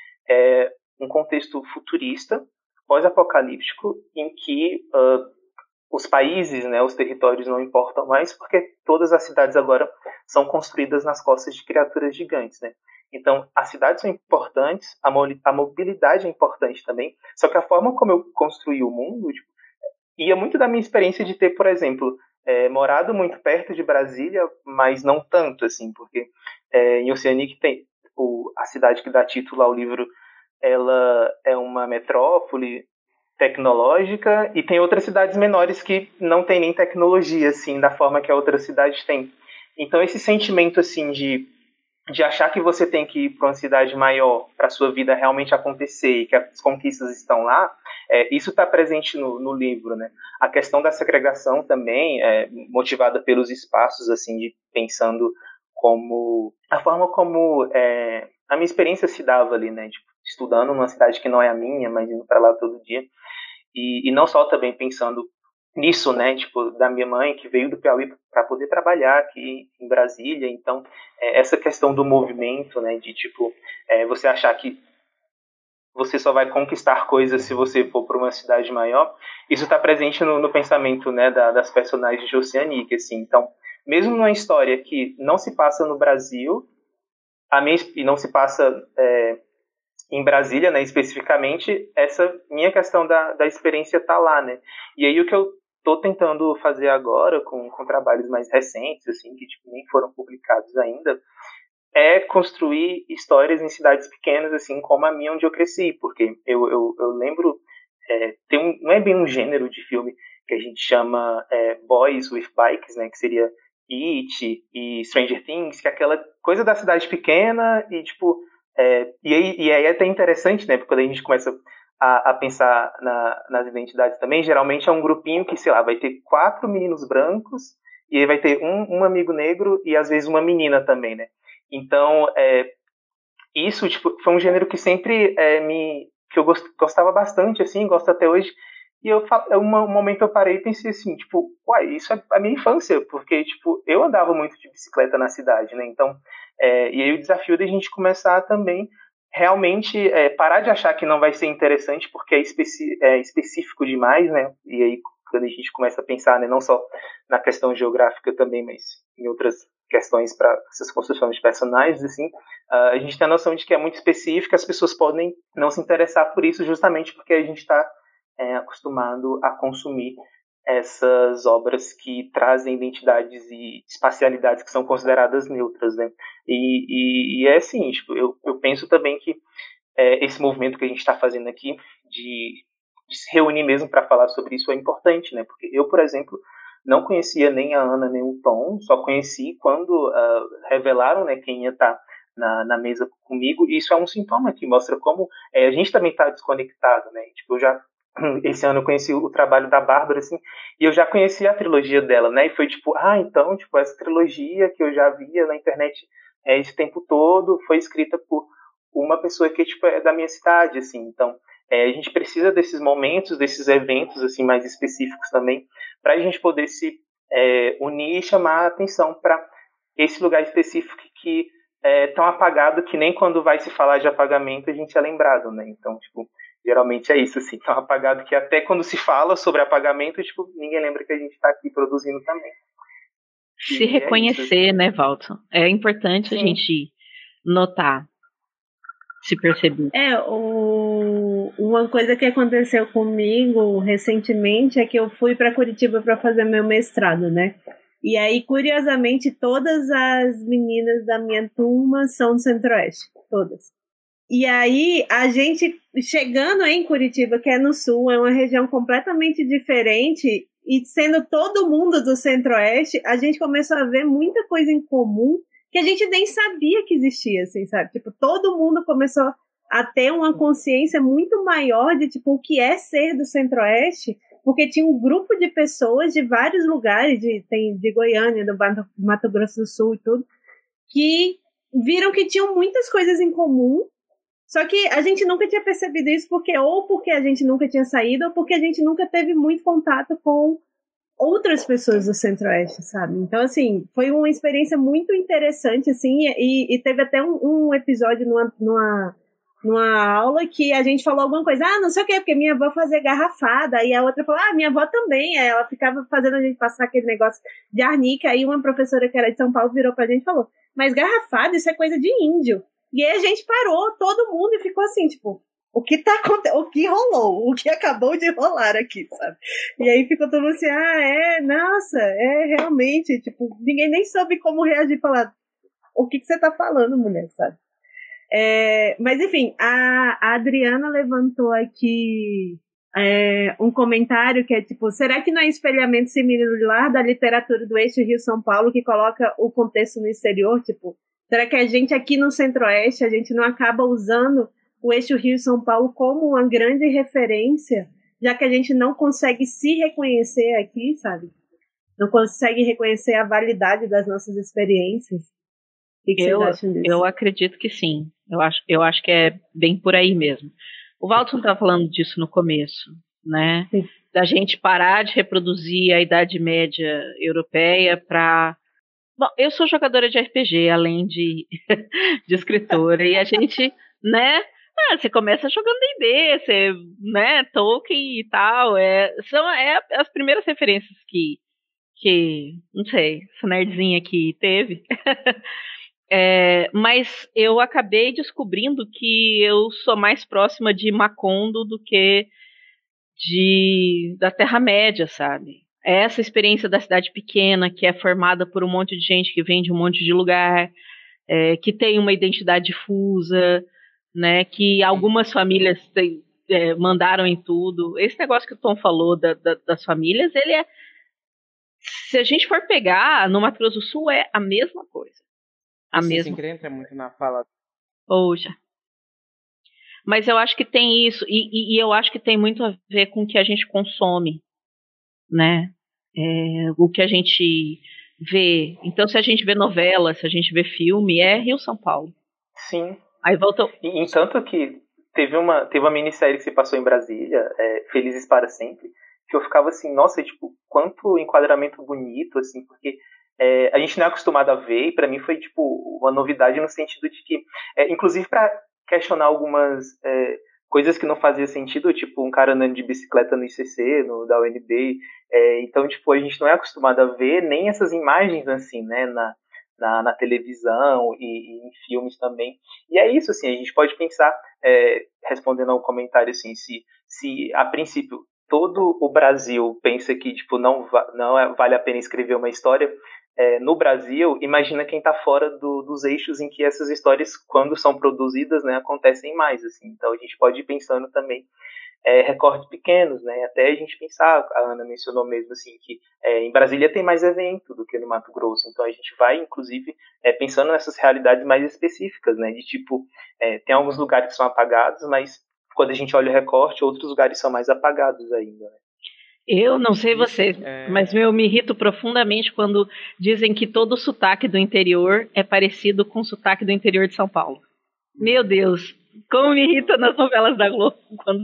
é um contexto futurista, pós-apocalíptico, em que uh, os países, né, os territórios não importam mais, porque todas as cidades agora são construídas nas costas de criaturas gigantes, né? Então, as cidades são importantes, a, mo a mobilidade é importante também, só que a forma como eu construí o mundo, tipo, ia muito da minha experiência de ter, por exemplo, é, morado muito perto de Brasília, mas não tanto, assim, porque é, em Oceanic tem o, a cidade que dá título ao livro, ela é uma metrópole tecnológica, e tem outras cidades menores que não tem nem tecnologia, assim, da forma que a outra cidade tem. Então, esse sentimento, assim, de, de achar que você tem que ir para uma cidade maior para a sua vida realmente acontecer e que as conquistas estão lá, é, isso está presente no, no livro, né? A questão da segregação também é motivada pelos espaços, assim, de pensando como... a forma como é, a minha experiência se dava ali, né? Tipo, estudando numa cidade que não é a minha, mas indo para lá todo dia. E, e não só também pensando nisso, né, tipo, da minha mãe, que veio do Piauí para poder trabalhar aqui em Brasília. Então, é, essa questão do movimento, né, de, tipo, é, você achar que você só vai conquistar coisas se você for para uma cidade maior, isso está presente no, no pensamento, né, da, das personagens de Oceanic, assim. Então, mesmo numa história que não se passa no Brasil, a minha, e não se passa... É, em Brasília, né, especificamente, essa minha questão da, da experiência tá lá, né? E aí o que eu tô tentando fazer agora, com, com trabalhos mais recentes, assim, que tipo, nem foram publicados ainda, é construir histórias em cidades pequenas, assim, como a minha, onde eu cresci, porque eu, eu, eu lembro, é, tem um, não é bem um gênero de filme que a gente chama é, Boys with Bikes, né, que seria It e Stranger Things, que é aquela coisa da cidade pequena e, tipo, É, e, aí, e aí é até interessante, né? Porque quando a gente começa a, a pensar na, nas identidades também, geralmente é um grupinho que, sei lá, vai ter quatro meninos brancos e aí vai ter um, um amigo negro e às vezes uma menina também, né? Então, é, isso tipo, foi um gênero que sempre é, me que eu gostava bastante, assim, gosto até hoje. E eu, um momento eu parei e pensei assim, tipo, uai, isso é a minha infância, porque, tipo, eu andava muito de bicicleta na cidade, né? Então, é, e aí o desafio da gente começar também realmente é, parar de achar que não vai ser interessante porque é, especi é específico demais, né? E aí quando a gente começa a pensar, né, não só na questão geográfica também, mas em outras questões para essas construções de personagens, assim, uh, a gente tem a noção de que é muito específica, as pessoas podem não se interessar por isso justamente porque a gente está é, acostumado a consumir essas obras que trazem identidades e espacialidades que são consideradas neutras, né? E, e, e é assim, tipo, eu, eu penso também que é, esse movimento que a gente está fazendo aqui de, de se reunir mesmo para falar sobre isso é importante, né? Porque eu, por exemplo, não conhecia nem a Ana nem o Tom, só conheci quando uh, revelaram, né, quem ia estar tá na, na mesa comigo, e isso é um sintoma que mostra como é, a gente também está desconectado, né? Tipo, eu já esse ano eu conheci o trabalho da Bárbara, assim, e eu já conhecia a trilogia dela, né, e foi tipo, ah, então, tipo, essa trilogia que eu já via na internet é, esse tempo todo foi escrita por uma pessoa que, tipo, é da minha cidade, assim, então, é, a gente precisa desses momentos, desses eventos, assim, mais específicos também, para a gente poder se é, unir e chamar a atenção para esse lugar específico que é tão apagado que nem quando vai se falar de apagamento a gente é lembrado, né, então, tipo, geralmente é isso, assim, tão apagado que até quando se fala sobre apagamento, tipo, ninguém lembra que a gente está aqui produzindo também. Se e reconhecer, é isso, assim. Né, Walton? É importante Sim. a gente notar, se perceber. É, o... uma coisa que aconteceu comigo recentemente é que eu fui para Curitiba para fazer meu mestrado, né? E aí, curiosamente, todas as meninas da minha turma são do Centro-Oeste, todas. E aí, a gente chegando em Curitiba, que é no sul, é uma região completamente diferente, e sendo todo mundo do Centro-Oeste, a gente começou a ver muita coisa em comum que a gente nem sabia que existia, assim, sabe? Tipo, todo mundo começou a ter uma consciência muito maior de, tipo, o que é ser do Centro-Oeste, porque tinha um grupo de pessoas de vários lugares, de, tem, de Goiânia, do Mato Grosso do Sul e tudo, que viram que tinham muitas coisas em comum. Só que a gente nunca tinha percebido isso porque ou porque a gente nunca tinha saído ou porque a gente nunca teve muito contato com outras pessoas do Centro-Oeste, sabe? Então, assim, foi uma experiência muito interessante, assim, e, e teve até um, um episódio numa, numa, numa aula que a gente falou alguma coisa, ah, não sei o quê, porque minha avó fazia garrafada, e a outra falou, ah, minha avó também, aí ela ficava fazendo a gente passar aquele negócio de arnica, aí uma professora que era de São Paulo virou pra gente e falou, mas garrafada, isso é coisa de índio. E aí a gente parou, todo mundo, e ficou assim, tipo, o que tá acontecendo? O que rolou? O que acabou de rolar aqui, sabe? E aí ficou todo mundo assim, ah, é, nossa, é realmente, tipo, ninguém nem soube como reagir, falar, o que que você tá falando, mulher, sabe? É, mas enfim, a, a Adriana levantou aqui é, um comentário que é tipo, será que não é espelhamento similar da literatura do eixo Rio-São Paulo que coloca o contexto no exterior, tipo, será que a gente aqui no Centro-Oeste, a gente não acaba usando o eixo Rio-São Paulo como uma grande referência, já que a gente não consegue se reconhecer aqui, sabe? Não consegue reconhecer a validade das nossas experiências. O que, que eu, vocês acham disso? Eu acredito que sim. Eu acho, eu acho que é bem por aí mesmo. O Walton estava falando disso no começo, né? Sim. Da gente parar de reproduzir a Idade Média europeia para... Bom, eu sou jogadora de R P G, além de, de escritora, e a gente, né, ah, você começa jogando D e D, você, né, Tolkien e tal, é, são é, as primeiras referências que, que, não sei, essa nerdzinha aqui teve, é, mas eu acabei descobrindo que eu sou mais próxima de Macondo do que de, da Terra-média, sabe? Essa experiência da cidade pequena, que é formada por um monte de gente que vem de um monte de lugar, é, que tem uma identidade difusa, né, que algumas famílias tem, é, mandaram em tudo. Esse negócio que o Tom falou da, da, das famílias, ele é... Se a gente for pegar, no Mato Grosso do Sul é a mesma coisa. A Sim, mesma. Sem querer entrar muito na fala. Poxa. Mas eu acho que tem isso, e, e, e eu acho que tem muito a ver com o que a gente consome, né? É, o que a gente vê. Então, se a gente vê novela, se a gente vê filme, é Rio-São Paulo. Sim. Aí voltou. E, e tanto que teve uma, teve uma minissérie que se passou em Brasília, é, Felizes para Sempre, que eu ficava assim, nossa, tipo, quanto enquadramento bonito, assim, porque é, a gente não é acostumado a ver, e pra mim foi, tipo, uma novidade no sentido de que, é, inclusive pra questionar algumas é, coisas que não faziam sentido, tipo, um cara andando de bicicleta no I C C, no da U N B, é, então, tipo, a gente não é acostumado a ver nem essas imagens, assim, né, na, na, na televisão e, e em filmes também. E é isso, assim, a gente pode pensar, é, respondendo ao comentário, assim, se, se a princípio todo o Brasil pensa que, tipo, não, va- não é- vale a pena escrever uma história, é, no Brasil, imagina quem está fora do- dos eixos em que essas histórias, quando são produzidas, né, acontecem mais, assim. Então a gente pode ir pensando também é, recortes pequenos, né? Até a gente pensar, a Ana mencionou mesmo assim que é, em Brasília tem mais evento do que no Mato Grosso, então a gente vai, inclusive, é, pensando nessas realidades mais específicas, né? De tipo, é, tem alguns lugares que são apagados, mas quando a gente olha o recorte, outros lugares são mais apagados ainda, né? Eu não sei Isso, você, é... mas eu me irrito profundamente quando dizem que todo o sotaque do interior é parecido com o sotaque do interior de São Paulo. Meu Deus, como me irrita nas novelas da Globo quando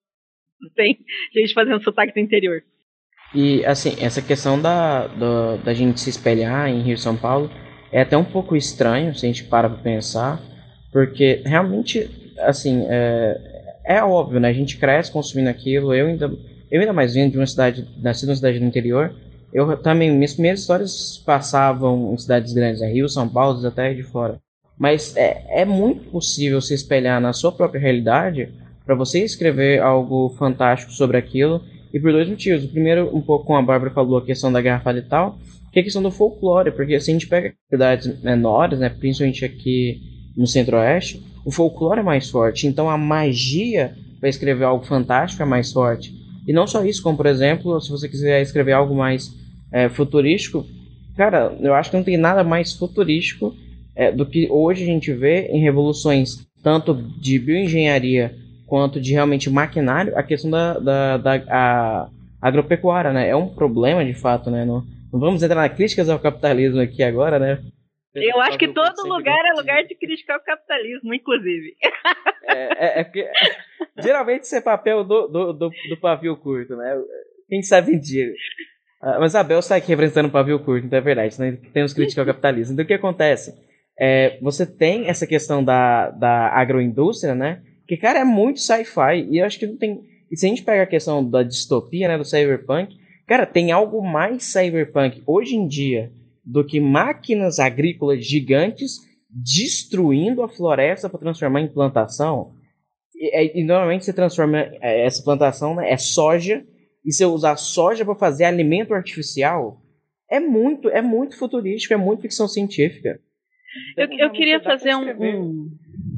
tem gente fazendo sotaque do interior. E, assim, essa questão da, da, da gente se espelhar em Rio e São Paulo é até um pouco estranho, se a gente para pra pensar, porque realmente, assim, é, é óbvio, né? A gente cresce consumindo aquilo. Eu ainda, eu ainda mais vindo de uma cidade, nascido numa cidade do interior, eu também, minhas primeiras histórias passavam em cidades grandes, né? Rio, São Paulo, até de fora. Mas é, é muito possível se espelhar na sua própria realidade para você escrever algo fantástico sobre aquilo, e por dois motivos. O primeiro, um pouco como a Bárbara falou, a questão da garrafada e tal, que é a questão do folclore, porque se a gente pega cidades menores, né, principalmente aqui no Centro-Oeste, o folclore é mais forte, então a magia para escrever algo fantástico é mais forte. E não só isso, como por exemplo, se você quiser escrever algo mais é, futurístico, cara, eu acho que não tem nada mais futurístico é, do que hoje a gente vê em revoluções tanto de bioengenharia quanto de realmente maquinário, a questão da, da, da a agropecuária, né? É um problema de fato, né? Não, não vamos entrar na críticas ao capitalismo aqui agora, né? Eu acho que todo lugar é lugar de criticar o capitalismo, inclusive. É, é, é porque geralmente isso é papel do, do, do, do pavio curto, né? Quem sabe um dia. Uh, mas a Bel está aqui representando o pavio curto, então é verdade, né? Temos crítica ao capitalismo. Então o que acontece? É, você tem essa questão da, da agroindústria, né? Que, cara, é muito sci-fi. E eu acho que não tem. E se a gente pega a questão da distopia, né? Do cyberpunk, cara, tem algo mais cyberpunk hoje em dia do que máquinas agrícolas gigantes destruindo a floresta para transformar em plantação. E, e, e normalmente você transforma essa plantação, né? É soja. E você usar soja para fazer alimento artificial. É muito, é muito futurístico, é muito ficção científica. Então, eu, eu queria fazer um, um,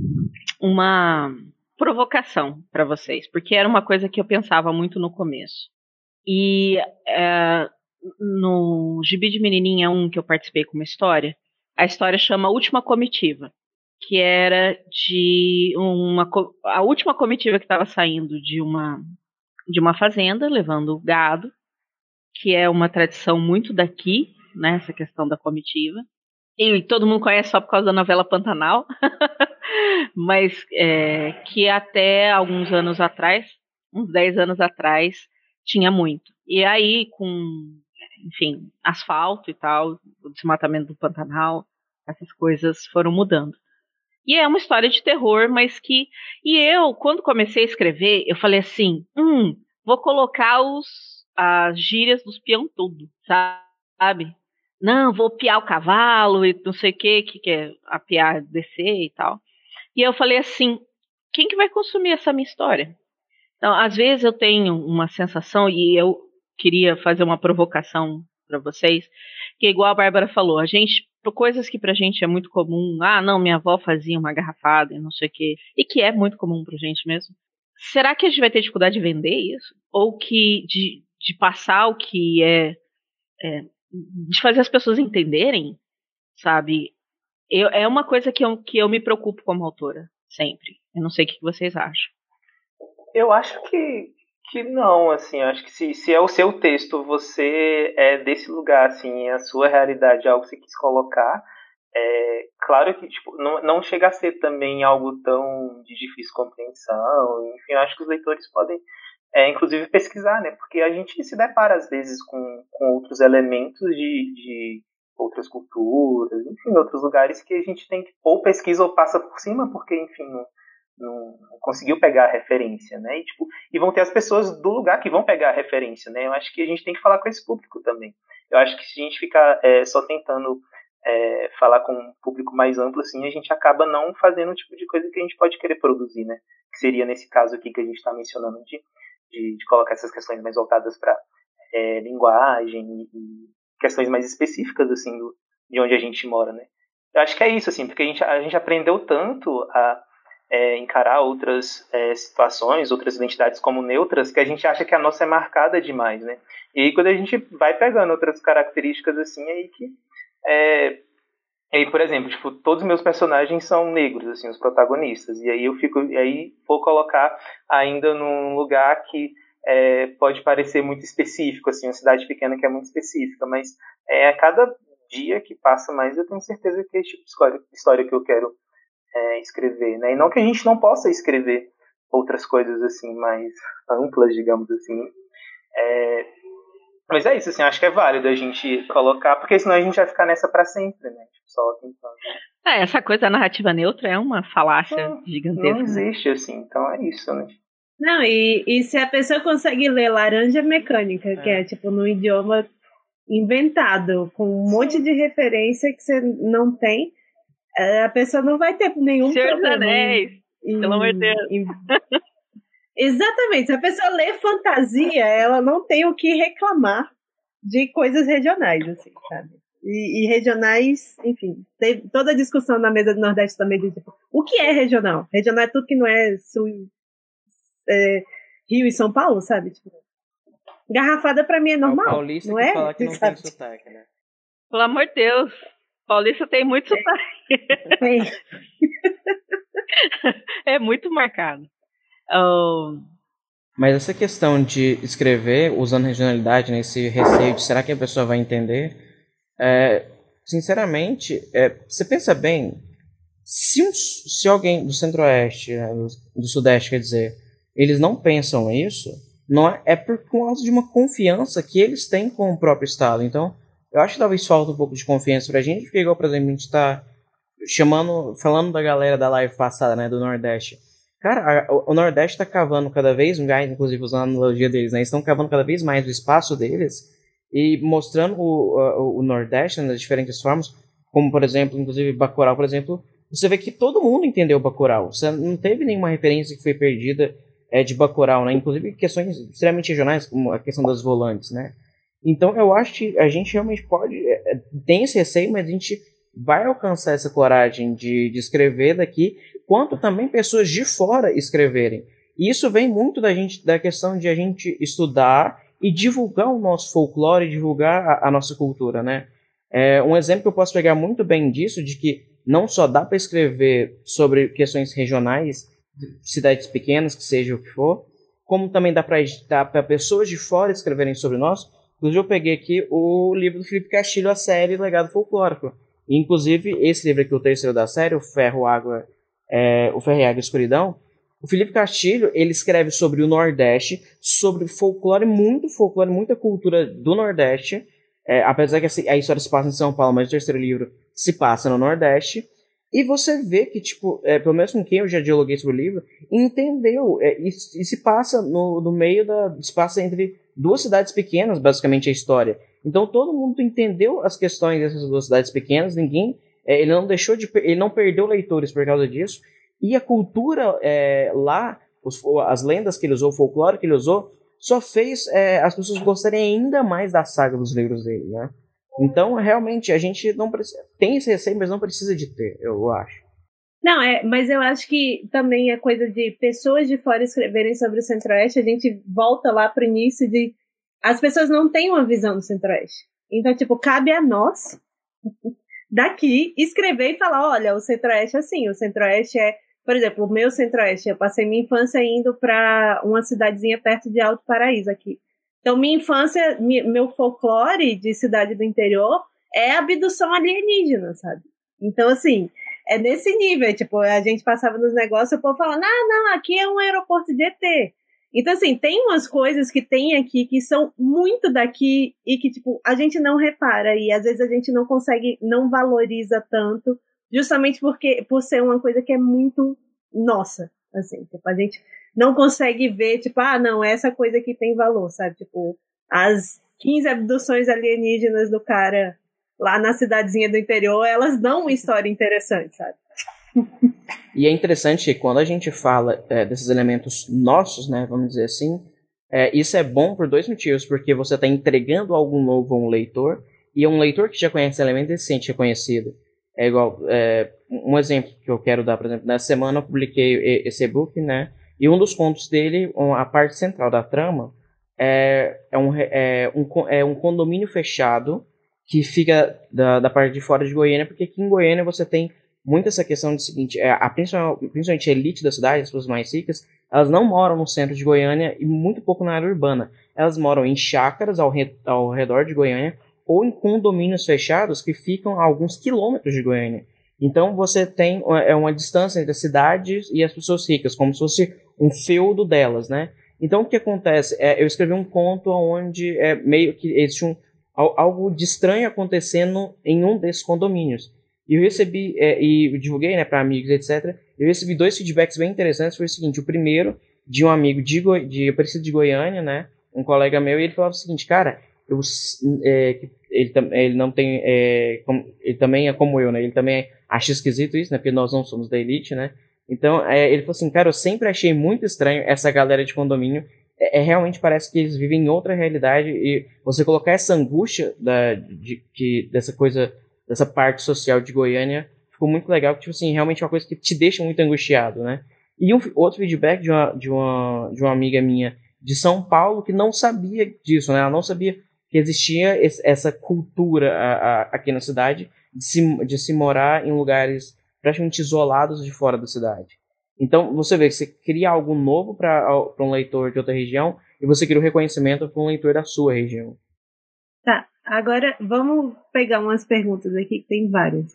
uma provocação para vocês, porque era uma coisa que eu pensava muito no começo. E é, no Gibi de Menininha um, que eu participei com uma história, a história chama Última Comitiva, que era de uma... A última comitiva que estava saindo de uma, de uma fazenda, levando gado, que é uma tradição muito daqui, né, essa questão da comitiva. E todo mundo conhece só por causa da novela Pantanal, mas é, que até alguns anos atrás, uns dez anos atrás, tinha muito. E aí, com, enfim, asfalto e tal, o desmatamento do Pantanal, essas coisas foram mudando. E é uma história de terror, mas que... E eu, quando comecei a escrever, eu falei assim, hum, vou colocar os, as gírias dos peão tudo, sabe? Não, vou piar o cavalo e não sei o que, que é apiar, descer e tal. E eu falei assim, quem que vai consumir essa minha história? Então, às vezes eu tenho uma sensação, e eu queria fazer uma provocação para vocês, que é igual a Bárbara falou, a gente, por coisas que pra gente é muito comum, ah, não, minha avó fazia uma garrafada e não sei o que, e que é muito comum pra gente mesmo, será que a gente vai ter dificuldade de vender isso? Ou que de, de passar o que é... é de fazer as pessoas entenderem, sabe? Eu, é uma coisa que eu, que eu me preocupo como autora, sempre. Eu não sei o que vocês acham. Eu acho que, que não, assim, acho que se, se é o seu texto, você é desse lugar, assim, a sua realidade é algo que você quis colocar, é claro que tipo, não, não chega a ser também algo tão de difícil compreensão, enfim, eu acho que os leitores podem, é, inclusive, pesquisar, né, porque a gente se depara, às vezes, com, com outros elementos de, de outras culturas, enfim, outros lugares que a gente tem que, ou pesquisa ou passa por cima, porque, enfim, não, não conseguiu pegar a referência, né? E, tipo, e vão ter as pessoas do lugar que vão pegar a referência, né? Eu acho que a gente tem que falar com esse público também. Eu acho que se a gente ficar é, só tentando é, falar com um público mais amplo, assim, a gente acaba não fazendo o tipo de coisa que a gente pode querer produzir, né? Que seria nesse caso aqui que a gente está mencionando de, de, de colocar essas questões mais voltadas para é, linguagem e, e questões mais específicas, assim, do, de onde a gente mora, né? Eu acho que é isso, assim, porque a gente, a gente aprendeu tanto a É, encarar outras é, situações, outras identidades como neutras, que a gente acha que a nossa é marcada demais, né? E aí quando a gente vai pegando outras características assim, aí que... É, aí, por exemplo, tipo, todos os meus personagens são negros, assim, os protagonistas, e aí eu fico... E aí vou colocar ainda num lugar que é, pode parecer muito específico, assim, uma cidade pequena que é muito específica, mas é, a cada dia que passa mais eu tenho certeza que é esse tipo de história, história que eu quero É, escrever, né? E não que a gente não possa escrever outras coisas assim mais amplas, digamos assim. É... Mas é isso, assim, acho que é válido a gente colocar, porque senão a gente vai ficar nessa para sempre, né? Tipo, só tentando. É, essa coisa da narrativa neutra é uma falácia não, gigantesca. Não existe, assim, então é isso, né? Não, e, e se a pessoa consegue ler Laranja Mecânica, é. que é tipo num idioma inventado, com um Sim. monte de referência que você não tem, a pessoa não vai ter nenhum Senhor problema. Dos Anéis, em, pelo amor de Deus. Em... Exatamente. Se a pessoa lê fantasia, ela não tem o que reclamar de coisas regionais, assim, sabe? E, e regionais, enfim, teve toda a discussão na mesa do Nordeste também de tipo, o que é regional? Regional é tudo que não é, sul, é Rio e São Paulo, sabe? Tipo, garrafada pra mim é normal. É o paulista não que é? fala que não sabe? tem sotaque, né? Pelo amor de Deus. Paulista tem muito sotaque. É. É muito marcado. Oh. Mas essa questão de escrever usando regionalidade, né, esse receio de será que a pessoa vai entender, é, sinceramente, é, você pensa bem, se, um, se alguém do Centro-Oeste, né, do, do Sudeste, quer dizer, eles não pensam isso, não é, é por causa de uma confiança que eles têm com o próprio Estado. Então, eu acho que talvez falta um pouco de confiança pra gente, porque igual, por exemplo, a gente tá chamando, falando da galera da live passada, né, do Nordeste. Cara, a, o Nordeste tá cavando cada vez mais, inclusive usando a analogia deles, né, eles estão cavando cada vez mais o espaço deles e mostrando o, o, o Nordeste, né, das diferentes formas, como, por exemplo, inclusive Bacurau, por exemplo, você vê que todo mundo entendeu Bacurau. Você não teve nenhuma referência que foi perdida é, de Bacurau, né, inclusive questões extremamente regionais, como a questão das volantes, né. Então eu acho que a gente realmente pode, é, tem esse receio, mas a gente vai alcançar essa coragem de, de escrever daqui, quanto também pessoas de fora escreverem. E isso vem muito da, gente, da questão de a gente estudar e divulgar o nosso folclore, divulgar a, a nossa cultura, né? É, um exemplo que eu posso pegar muito bem disso, de que não só dá para escrever sobre questões regionais, cidades pequenas, que seja o que for, como também dá para pessoas de fora escreverem sobre nós. Inclusive, eu peguei aqui o livro do Felipe Castilho, a série Legado Folclórico. E, inclusive, esse livro aqui, o terceiro da série, o Ferro, Água, é, o Ferro e Água e Escuridão, o Felipe Castilho, ele escreve sobre o Nordeste, sobre folclore, muito folclore, muita cultura do Nordeste, é, apesar que a história se passa em São Paulo, mas o terceiro livro se passa no Nordeste. E você vê que, tipo, é, pelo menos com quem eu já dialoguei sobre o livro, entendeu, é, e, e se passa no, no meio da... se passa entre duas cidades pequenas, basicamente, a história. Então todo mundo entendeu as questões dessas duas cidades pequenas, ninguém, é, ele não deixou de, ele não perdeu leitores por causa disso, e a cultura é, lá, os, as lendas que ele usou, o folclore que ele usou, só fez é, as pessoas gostarem ainda mais da saga dos livros dele, né? Então, realmente, a gente não precisa, tem esse receio, mas não precisa de ter, eu acho. Não, é, mas eu acho que também é coisa de pessoas de fora escreverem sobre o Centro-Oeste, a gente volta lá pro início de as pessoas não têm uma visão do Centro-Oeste. Então, tipo, cabe a nós, daqui, escrever e falar, olha, o Centro-Oeste é assim, o Centro-Oeste é por exemplo, o meu Centro-Oeste, eu passei minha infância indo para uma cidadezinha perto de Alto Paraíso aqui. Então, minha infância, meu folclore de cidade do interior é abdução alienígena, sabe? Então, assim, é nesse nível. Tipo, a gente passava nos negócios, o povo falando, ah, não, aqui é um aeroporto de E T. Então, assim, tem umas coisas que tem aqui que são muito daqui e que, tipo, a gente não repara e às vezes a gente não consegue, não valoriza tanto, justamente porque, por ser uma coisa que é muito nossa, assim, tipo, a gente não consegue ver, tipo, ah, não, essa coisa aqui tem valor, sabe? Tipo, as quinze abduções alienígenas do cara lá na cidadezinha do interior, elas dão uma história interessante, sabe? E é interessante que quando a gente fala é, desses elementos nossos, né, vamos dizer assim, é, isso é bom por dois motivos, porque você está entregando algo novo a um leitor, e um leitor que já conhece elementos, ele se sente reconhecido. É igual, é, um exemplo que eu quero dar, por exemplo, nessa semana eu publiquei esse e-book, né, e um dos pontos dele, a parte central da trama, é, é, um, é, um, é um condomínio fechado que fica da, da parte de fora de Goiânia, porque aqui em Goiânia você tem muito essa questão do seguinte, é, a, principalmente a elite da cidade, as pessoas mais ricas, elas não moram no centro de Goiânia e muito pouco na área urbana. Elas moram em chácaras ao, re, ao redor de Goiânia ou em condomínios fechados que ficam a alguns quilômetros de Goiânia. Então você tem uma, é uma distância entre as cidades e as pessoas ricas, como se fosse um feudo delas, né? Então o que acontece? É, eu escrevi um conto onde é, meio que existe um, algo de estranho acontecendo em um desses condomínios. E eu recebi, é, e eu divulguei, né, para amigos, etcétera. Eu recebi dois feedbacks bem interessantes. Foi o seguinte, o primeiro, de um amigo de, Goi- de Aparecida de Goiânia, né, um colega meu, e ele falava o seguinte, cara, eu, é, ele, ele não tem, é, como, ele também é como eu, né, ele também acha esquisito isso, né, porque nós não somos da elite, né. Então, é, ele falou assim, cara, eu sempre achei muito estranho essa galera de condomínio. É, é, realmente parece que eles vivem em outra realidade, e você colocar essa angústia da, de, que, dessa coisa, dessa parte social de Goiânia, ficou muito legal, porque, tipo assim, realmente é uma coisa que te deixa muito angustiado, né? E um outro feedback de uma, de uma, de uma amiga minha de São Paulo, que não sabia disso, né? Ela não sabia que existia esse, essa cultura a, a, aqui na cidade de se, de se morar em lugares praticamente isolados de fora da cidade. Então, você vê que você cria algo novo para um leitor de outra região e você cria o reconhecimento para um leitor da sua região. Tá, agora vamos pegar umas perguntas aqui, que tem várias.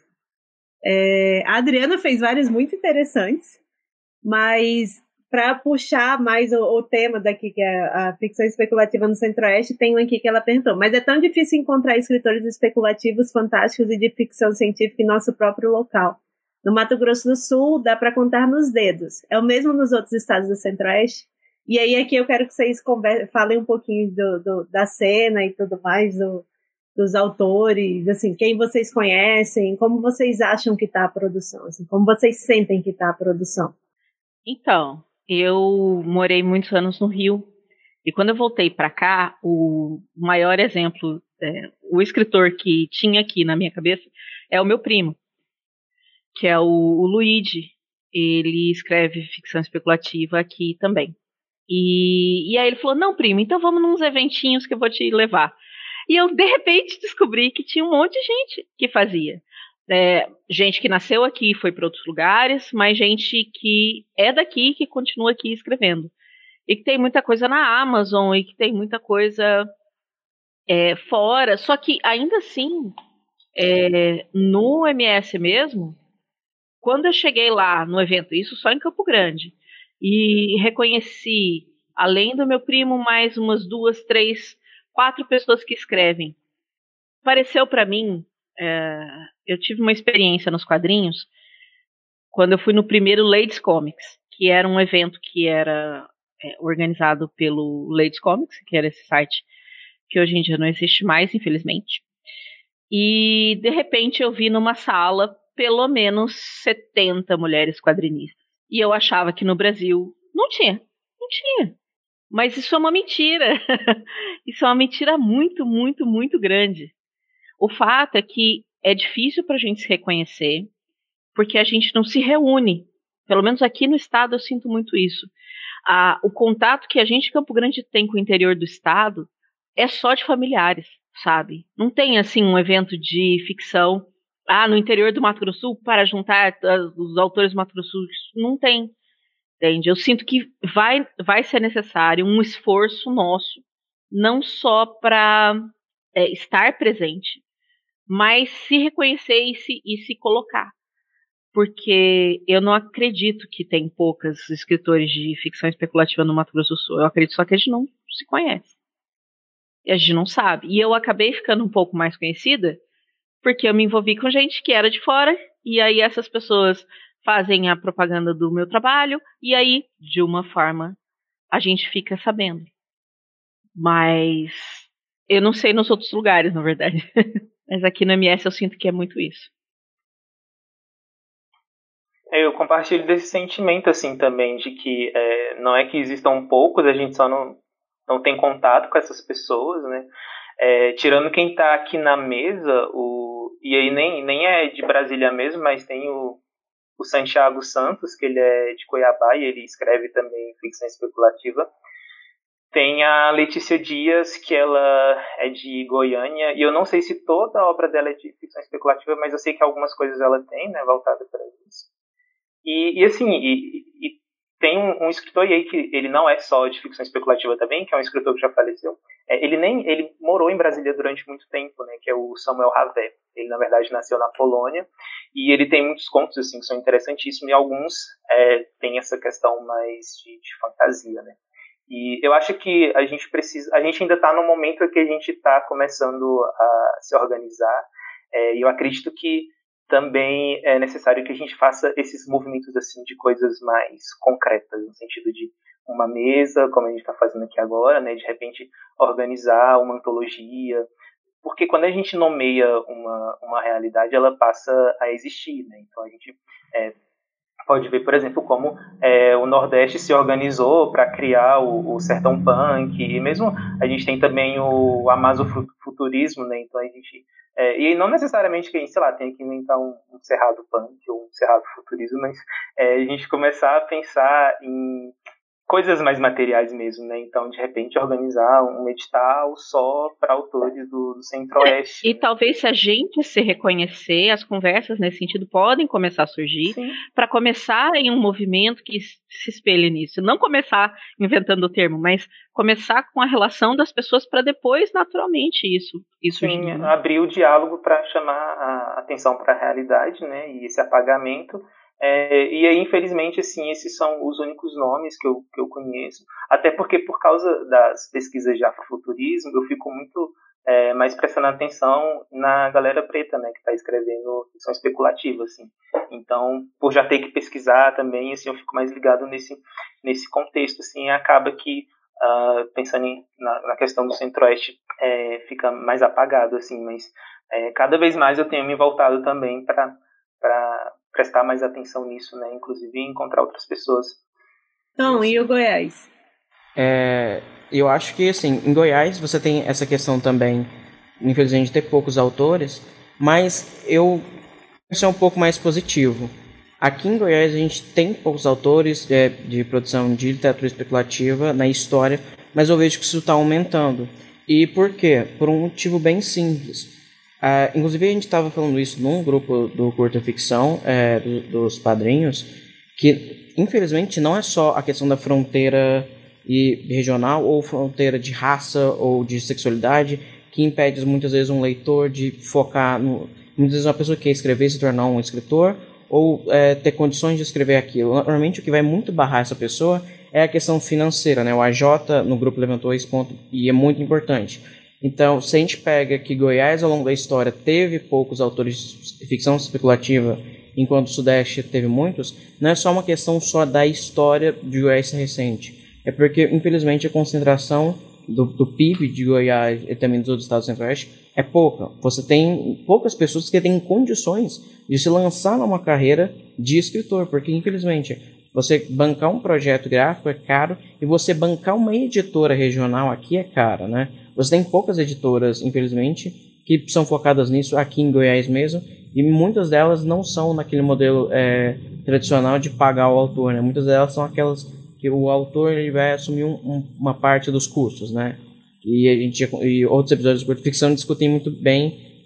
É, a Adriana fez várias muito interessantes, mas para puxar mais o, o tema daqui, que é a ficção especulativa no Centro-Oeste, tem um aqui que ela perguntou, mas é tão difícil encontrar escritores especulativos, fantásticos e de ficção científica em nosso próprio local. No Mato Grosso do Sul, dá para contar nos dedos. É o mesmo nos outros estados do Centro-Oeste? E aí aqui eu quero que vocês conver- falem um pouquinho do, do, da cena e tudo mais, do, dos autores, assim, quem vocês conhecem, como vocês acham que está a produção, assim, como vocês sentem que está a produção. Então, eu morei muitos anos no Rio, e quando eu voltei para cá, o maior exemplo, é, o escritor que tinha aqui na minha cabeça é o meu primo, que é o, o Luigi. Ele escreve ficção especulativa aqui também. E, e aí ele falou, não, primo, então vamos nos eventinhos que eu vou te levar. E eu, de repente, descobri que tinha um monte de gente que fazia. É, gente que nasceu aqui e foi para outros lugares, mas gente que é daqui que continua aqui escrevendo. E que tem muita coisa na Amazon, e que tem muita coisa é, fora. Só que, ainda assim, é, no M S mesmo, quando eu cheguei lá no evento, isso só em Campo Grande, e reconheci, além do meu primo, mais umas duas, três, quatro pessoas que escrevem. Pareceu para mim, é, eu tive uma experiência nos quadrinhos, quando eu fui no primeiro Ladies Comics, que era um evento que era é, organizado pelo Ladies Comics, que era esse site que hoje em dia não existe mais, infelizmente. E, de repente, eu vi numa sala pelo menos setenta mulheres quadrinistas. E eu achava que no Brasil não tinha. Não tinha. Mas isso é uma mentira. Isso é uma mentira muito, muito, muito grande. O fato é que é difícil para a gente se reconhecer, porque a gente não se reúne. Pelo menos aqui no estado eu sinto muito isso. Ah, o contato que a gente, Campo Grande, tem com o interior do estado é só de familiares, sabe? Não tem, assim, um evento de ficção ah, no interior do Mato Grosso do Sul, para juntar os autores do Mato Grosso do Sul, não tem, entende? Eu sinto que vai, vai ser necessário um esforço nosso, não só para é, estar presente, mas se reconhecer e se, e se colocar. Porque eu não acredito que tem poucos escritores de ficção especulativa no Mato Grosso do Sul. Eu acredito só que a gente não se conhece. E a gente não sabe. E eu acabei ficando um pouco mais conhecida porque eu me envolvi com gente que era de fora, e aí essas pessoas fazem a propaganda do meu trabalho, e aí, de uma forma, a gente fica sabendo. Mas eu não sei nos outros lugares, na verdade. Mas aqui no M S eu sinto que é muito isso. Eu compartilho desse sentimento, assim, também, de que é, não é que existam poucos, a gente só não, não tem contato com essas pessoas, né? É, tirando quem está aqui na mesa, o, e aí nem, nem é de Brasília mesmo, mas tem o, o Santiago Santos, que ele é de Cuiabá e ele escreve também ficção especulativa. Tem a Letícia Dias, que ela é de Goiânia, e eu não sei se toda a obra dela é de ficção especulativa, mas eu sei que algumas coisas ela tem, né, voltada para isso. E, e assim, e, e tem um, um escritor aí que ele não é só de ficção especulativa também, que é um escritor que já faleceu. É, ele nem ele morou em Brasília durante muito tempo, né, que é o Samuel Havé. Ele, na verdade, nasceu na Polônia, e ele tem muitos contos assim, que são interessantíssimos, e alguns é, têm essa questão mais de, de fantasia, né. E eu acho que a gente precisa, a gente ainda está no momento em que a gente está começando a se organizar, é, e eu acredito que também é necessário que a gente faça esses movimentos assim de coisas mais concretas, no sentido de uma mesa, como a gente está fazendo aqui agora, né, de repente organizar uma antologia, porque quando a gente nomeia uma, uma realidade, ela passa a existir, né, então a gente é, pode ver, por exemplo, como é, o Nordeste se organizou para criar o, o Sertão Punk, e mesmo a gente tem também o Amazofuturismo, né, então a gente É, e não necessariamente que a gente, sei lá, tenha que inventar um, um cerrado punk ou um cerrado futurismo, mas é, a gente começar a pensar em coisas mais materiais mesmo, né? Então, de repente, organizar um edital só para autores do, do Centro-Oeste. É, e talvez se a gente se reconhecer, as conversas nesse sentido podem começar a surgir, para começar em um movimento que se espelhe nisso. Não começar inventando o termo, mas começar com a relação das pessoas para depois, naturalmente, isso, isso Sim, abrir o diálogo para chamar a atenção para a realidade, né? E esse apagamento. É, e aí, infelizmente, assim, esses são os únicos nomes que eu, que eu conheço, até porque por causa das pesquisas de afrofuturismo, eu fico muito é, mais prestando atenção na galera preta, né, que está escrevendo ficção especulativa, assim. Então, por já ter que pesquisar também, assim, eu fico mais ligado nesse, nesse contexto, assim, acaba que, uh, pensando em, na, na questão do Centro-Oeste, é, fica mais apagado, assim, mas é, cada vez mais eu tenho me voltado também para prestar mais atenção nisso, né? Inclusive encontrar outras pessoas. Então, e o Goiás? É, eu acho que, assim, em Goiás você tem essa questão também, infelizmente, de ter poucos autores, mas eu isso é um pouco mais positivo. Aqui em Goiás a gente tem poucos autores é, de produção de literatura especulativa na história, mas eu vejo que isso está aumentando. E por quê? Por um motivo bem simples. Uh, inclusive a gente estava falando isso num grupo do Curta Ficção, é, do, dos padrinhos, que infelizmente não é só a questão da fronteira e regional ou fronteira de raça ou de sexualidade que impede muitas vezes um leitor de focar no, muitas vezes uma pessoa que quer escrever se tornar um escritor ou é, ter condições de escrever aquilo. Normalmente o que vai muito barrar essa pessoa é a questão financeira, né? O A J no grupo levantou esse ponto e é muito importante. Então, se a gente pega que Goiás, ao longo da história, teve poucos autores de ficção especulativa, enquanto o Sudeste teve muitos, não é só uma questão só da história de Goiás recente. É porque, infelizmente, a concentração do, do P I B de Goiás e também dos outros estados do Centro-Oeste é pouca. Você tem poucas pessoas que têm condições de se lançar numa carreira de escritor, porque, infelizmente, você bancar um projeto gráfico é caro e você bancar uma editora regional aqui é caro, né? Você tem poucas editoras, infelizmente, que são focadas nisso aqui em Goiás mesmo, e muitas delas não são naquele modelo é, tradicional de pagar o autor, né? Muitas delas são aquelas que o autor ele vai assumir um, um, uma parte dos custos, né? E, a gente, e outros episódios de Curta Ficção discutem muito bem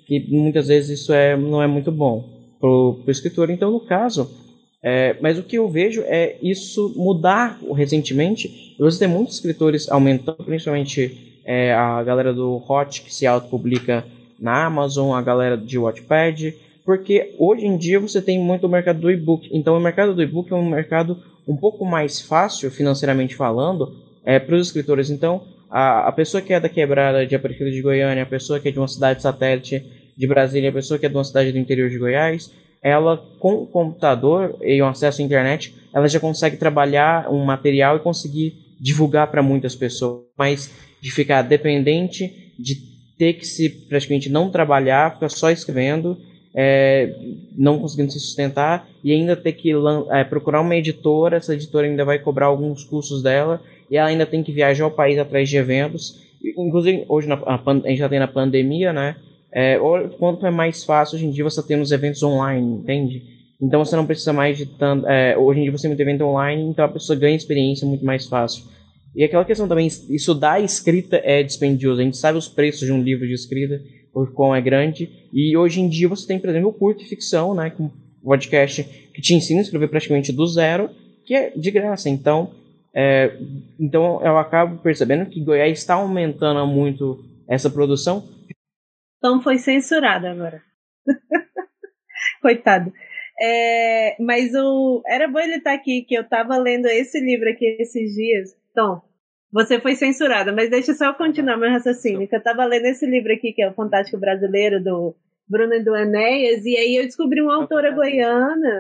que muitas vezes isso é, não é muito bom para o escritor. Então, no caso, é, mas o que eu vejo é isso mudar recentemente. Você tem muitos escritores aumentando, principalmente é, a galera do Hot, que se autopublica na Amazon, a galera de Wattpad, porque hoje em dia você tem muito o mercado do e-book. Então, o mercado do e-book é um mercado um pouco mais fácil, financeiramente falando, é, para os escritores. Então, a, a pessoa que é da Quebrada de Aparecida de Goiânia, a pessoa que é de uma cidade satélite de Brasília, a pessoa que é de uma cidade do interior de Goiás, ela, com o computador e o acesso à internet, ela já consegue trabalhar um material e conseguir divulgar para muitas pessoas. Mas de ficar dependente, de ter que se praticamente não trabalhar, ficar só escrevendo, É, não conseguindo se sustentar e ainda ter que é, procurar uma editora. Essa editora ainda vai cobrar alguns custos dela e ela ainda tem que viajar ao país atrás de eventos. Inclusive, hoje na, a, a gente já tem na pandemia, né? É, quanto é mais fácil hoje em dia você tem os eventos online, entende? Então você não precisa mais de tanto. É, hoje em dia você tem muito evento online, então a pessoa ganha experiência muito mais fácil. E aquela questão também, isso da escrita é dispendioso. A gente sabe os preços de um livro de escrita, o quão é grande, e hoje em dia você tem, por exemplo, o curto e ficção, né, com um podcast que te ensina a escrever praticamente do zero, que é de graça. Então, é, então eu acabo percebendo que Goiás está aumentando muito essa produção. Tom foi censurado agora. Coitado. É, mas o, era bom ele estar aqui, que eu estava lendo esse livro aqui esses dias. Tom, você foi censurada, mas deixa só eu continuar meu raciocínio, que eu estava lendo esse livro aqui, que é o Fantástico Brasileiro, do Bruno e do Enéas, e aí eu descobri uma autora goiana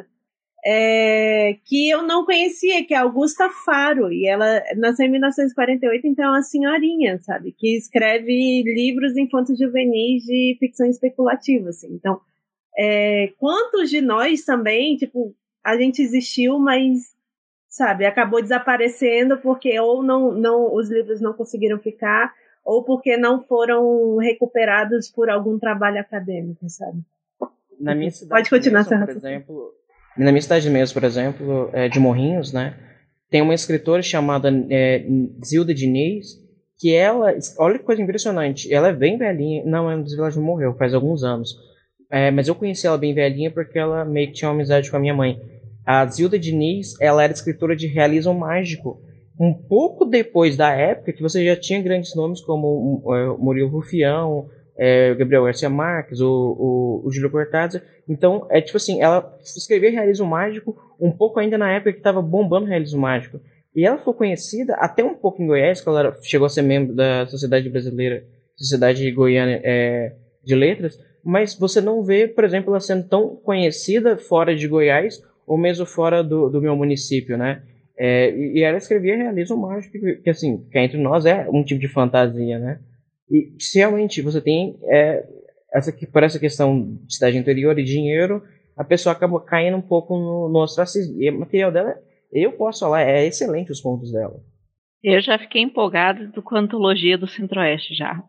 é, que eu não conhecia, que é Augusta Faro, e ela nasceu em mil novecentos e quarenta e oito, então é uma senhorinha, sabe, que escreve livros infanto-juvenis de ficção especulativa, assim. Então, é, quantos de nós também, tipo, a gente existiu, mas... sabe, acabou desaparecendo porque ou não, não, os livros não conseguiram ficar, ou porque não foram recuperados por algum trabalho acadêmico, sabe? Na minha cidade Pode continuar, mesmo, por exemplo, na minha cidade mesmo, por exemplo, é, de Morrinhos, né, tem uma escritora chamada é, Zilda Diniz, que ela, olha que coisa impressionante, ela é bem velhinha, não, ela já morreu faz alguns anos, é, mas eu conheci ela bem velhinha porque ela meio que tinha uma amizade com a minha mãe. A Zilda Diniz, ela era escritora de realismo mágico, um pouco depois da época que você já tinha grandes nomes como o Murilo Rufião, é, o Gabriel Garcia Marques, o, o, o Júlio Cortázar. Então, é tipo assim, ela escreveu realismo mágico um pouco ainda na época que estava bombando realismo mágico. E ela foi conhecida até um pouco em Goiás, que ela chegou a ser membro da Sociedade Brasileira, Sociedade Goiana é, de Letras, mas você não vê, por exemplo, ela sendo tão conhecida fora de Goiás, ou mesmo fora do, do meu município, né? É, e ela escrevia realismo mágico, que, que assim, que entre nós é um tipo de fantasia, né? E se realmente você tem é, essa, por essa questão de cidade interior e dinheiro, a pessoa acaba caindo um pouco no, no ostracismo. E o material dela, eu posso falar, é excelente os pontos dela. Eu já fiquei empolgada com a antologia do Centro-Oeste já.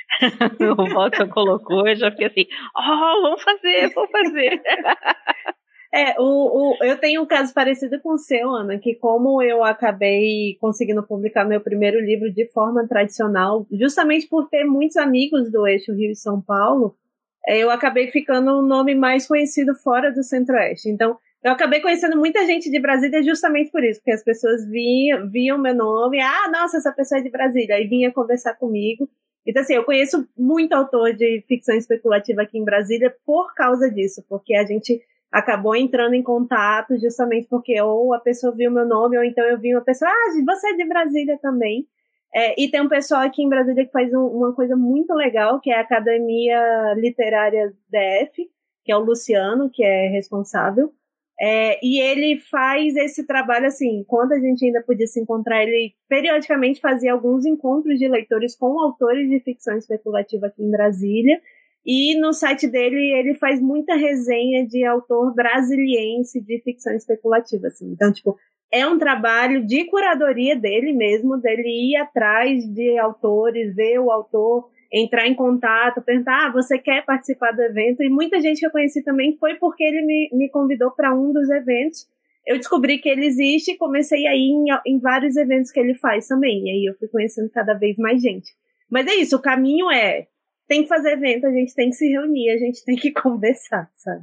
O Walter colocou, eu já fiquei assim, oh, vamos fazer, vamos fazer. É, o, o, eu tenho um caso parecido com o seu, Ana, que como eu acabei conseguindo publicar meu primeiro livro de forma tradicional, justamente por ter muitos amigos do eixo Rio e São Paulo, eu acabei ficando um nome mais conhecido fora do Centro-Oeste. Então, eu acabei conhecendo muita gente de Brasília justamente por isso, porque as pessoas viam, viam meu nome, ah, nossa, essa pessoa é de Brasília, aí vinha conversar comigo. Então, assim, eu conheço muito autor de ficção especulativa aqui em Brasília por causa disso, porque a gente acabou entrando em contato justamente porque ou a pessoa viu meu nome, ou então eu vi uma pessoa, ah, você é de Brasília também. É, e tem um pessoal aqui em Brasília que faz um, uma coisa muito legal, que é a Academia Literária D F, que é o Luciano, que é responsável. É, e ele faz esse trabalho, assim, quando a gente ainda podia se encontrar, ele periodicamente fazia alguns encontros de leitores com autores de ficção especulativa aqui em Brasília. E no site dele, ele faz muita resenha de autor brasiliense de ficção especulativa, assim. Então, tipo, é um trabalho de curadoria dele mesmo, dele ir atrás de autores, ver o autor, entrar em contato, perguntar, ah, você quer participar do evento? E muita gente que eu conheci também foi porque ele me, me convidou para um dos eventos. Eu descobri que ele existe e comecei a ir em, em vários eventos que ele faz também. E aí eu fui conhecendo cada vez mais gente. Mas é isso, o caminho é tem que fazer evento, a gente tem que se reunir, a gente tem que conversar, sabe?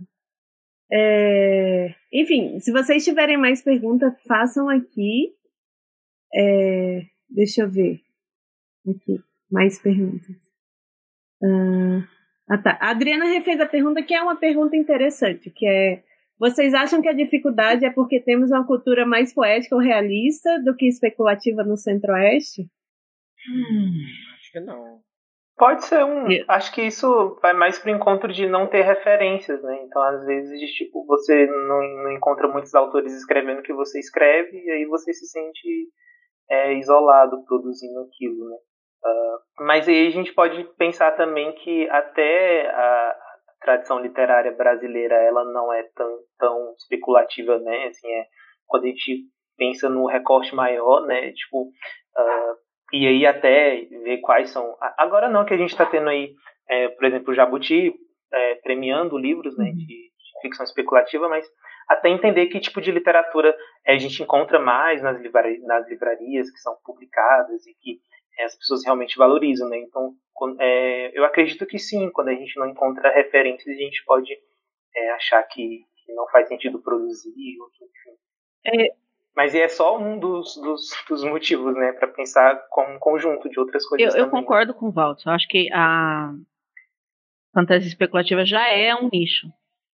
É... Enfim, se vocês tiverem mais perguntas, façam aqui. É... Deixa eu ver. Aqui, mais perguntas. Uh... Ah, tá. A Adriana refez a pergunta, que é uma pergunta interessante, que é: vocês acham que a dificuldade é porque temos uma cultura mais poética ou realista do que especulativa no Centro-Oeste? Hum, acho que não. Pode ser um... Yeah. Acho que isso vai mais pro encontro de não ter referências, né? Então, às vezes, tipo, você não, não encontra muitos autores escrevendo o que você escreve, e aí você se sente é, isolado produzindo aquilo, né? Uh, mas aí a gente pode pensar também que até a tradição literária brasileira ela não é tão, tão especulativa, né? Assim, é, quando a gente pensa no recorte maior, né? Tipo, uh, e aí até ver quais são... Agora não, que a gente está tendo aí, é, por exemplo, o Jabuti é, premiando livros, né, de, de ficção especulativa, mas até entender que tipo de literatura é, a gente encontra mais nas, livra- nas livrarias que são publicadas e que as pessoas realmente valorizam, né? Então, é, eu acredito que sim, quando a gente não encontra referências, a gente pode é, achar que, que não faz sentido produzir, ou que, enfim. É, mas é só um dos, dos, dos motivos, né? Para pensar como um conjunto de outras coisas eu, eu também. Eu concordo com o Walter. Eu acho que a fantasia especulativa já é um nicho.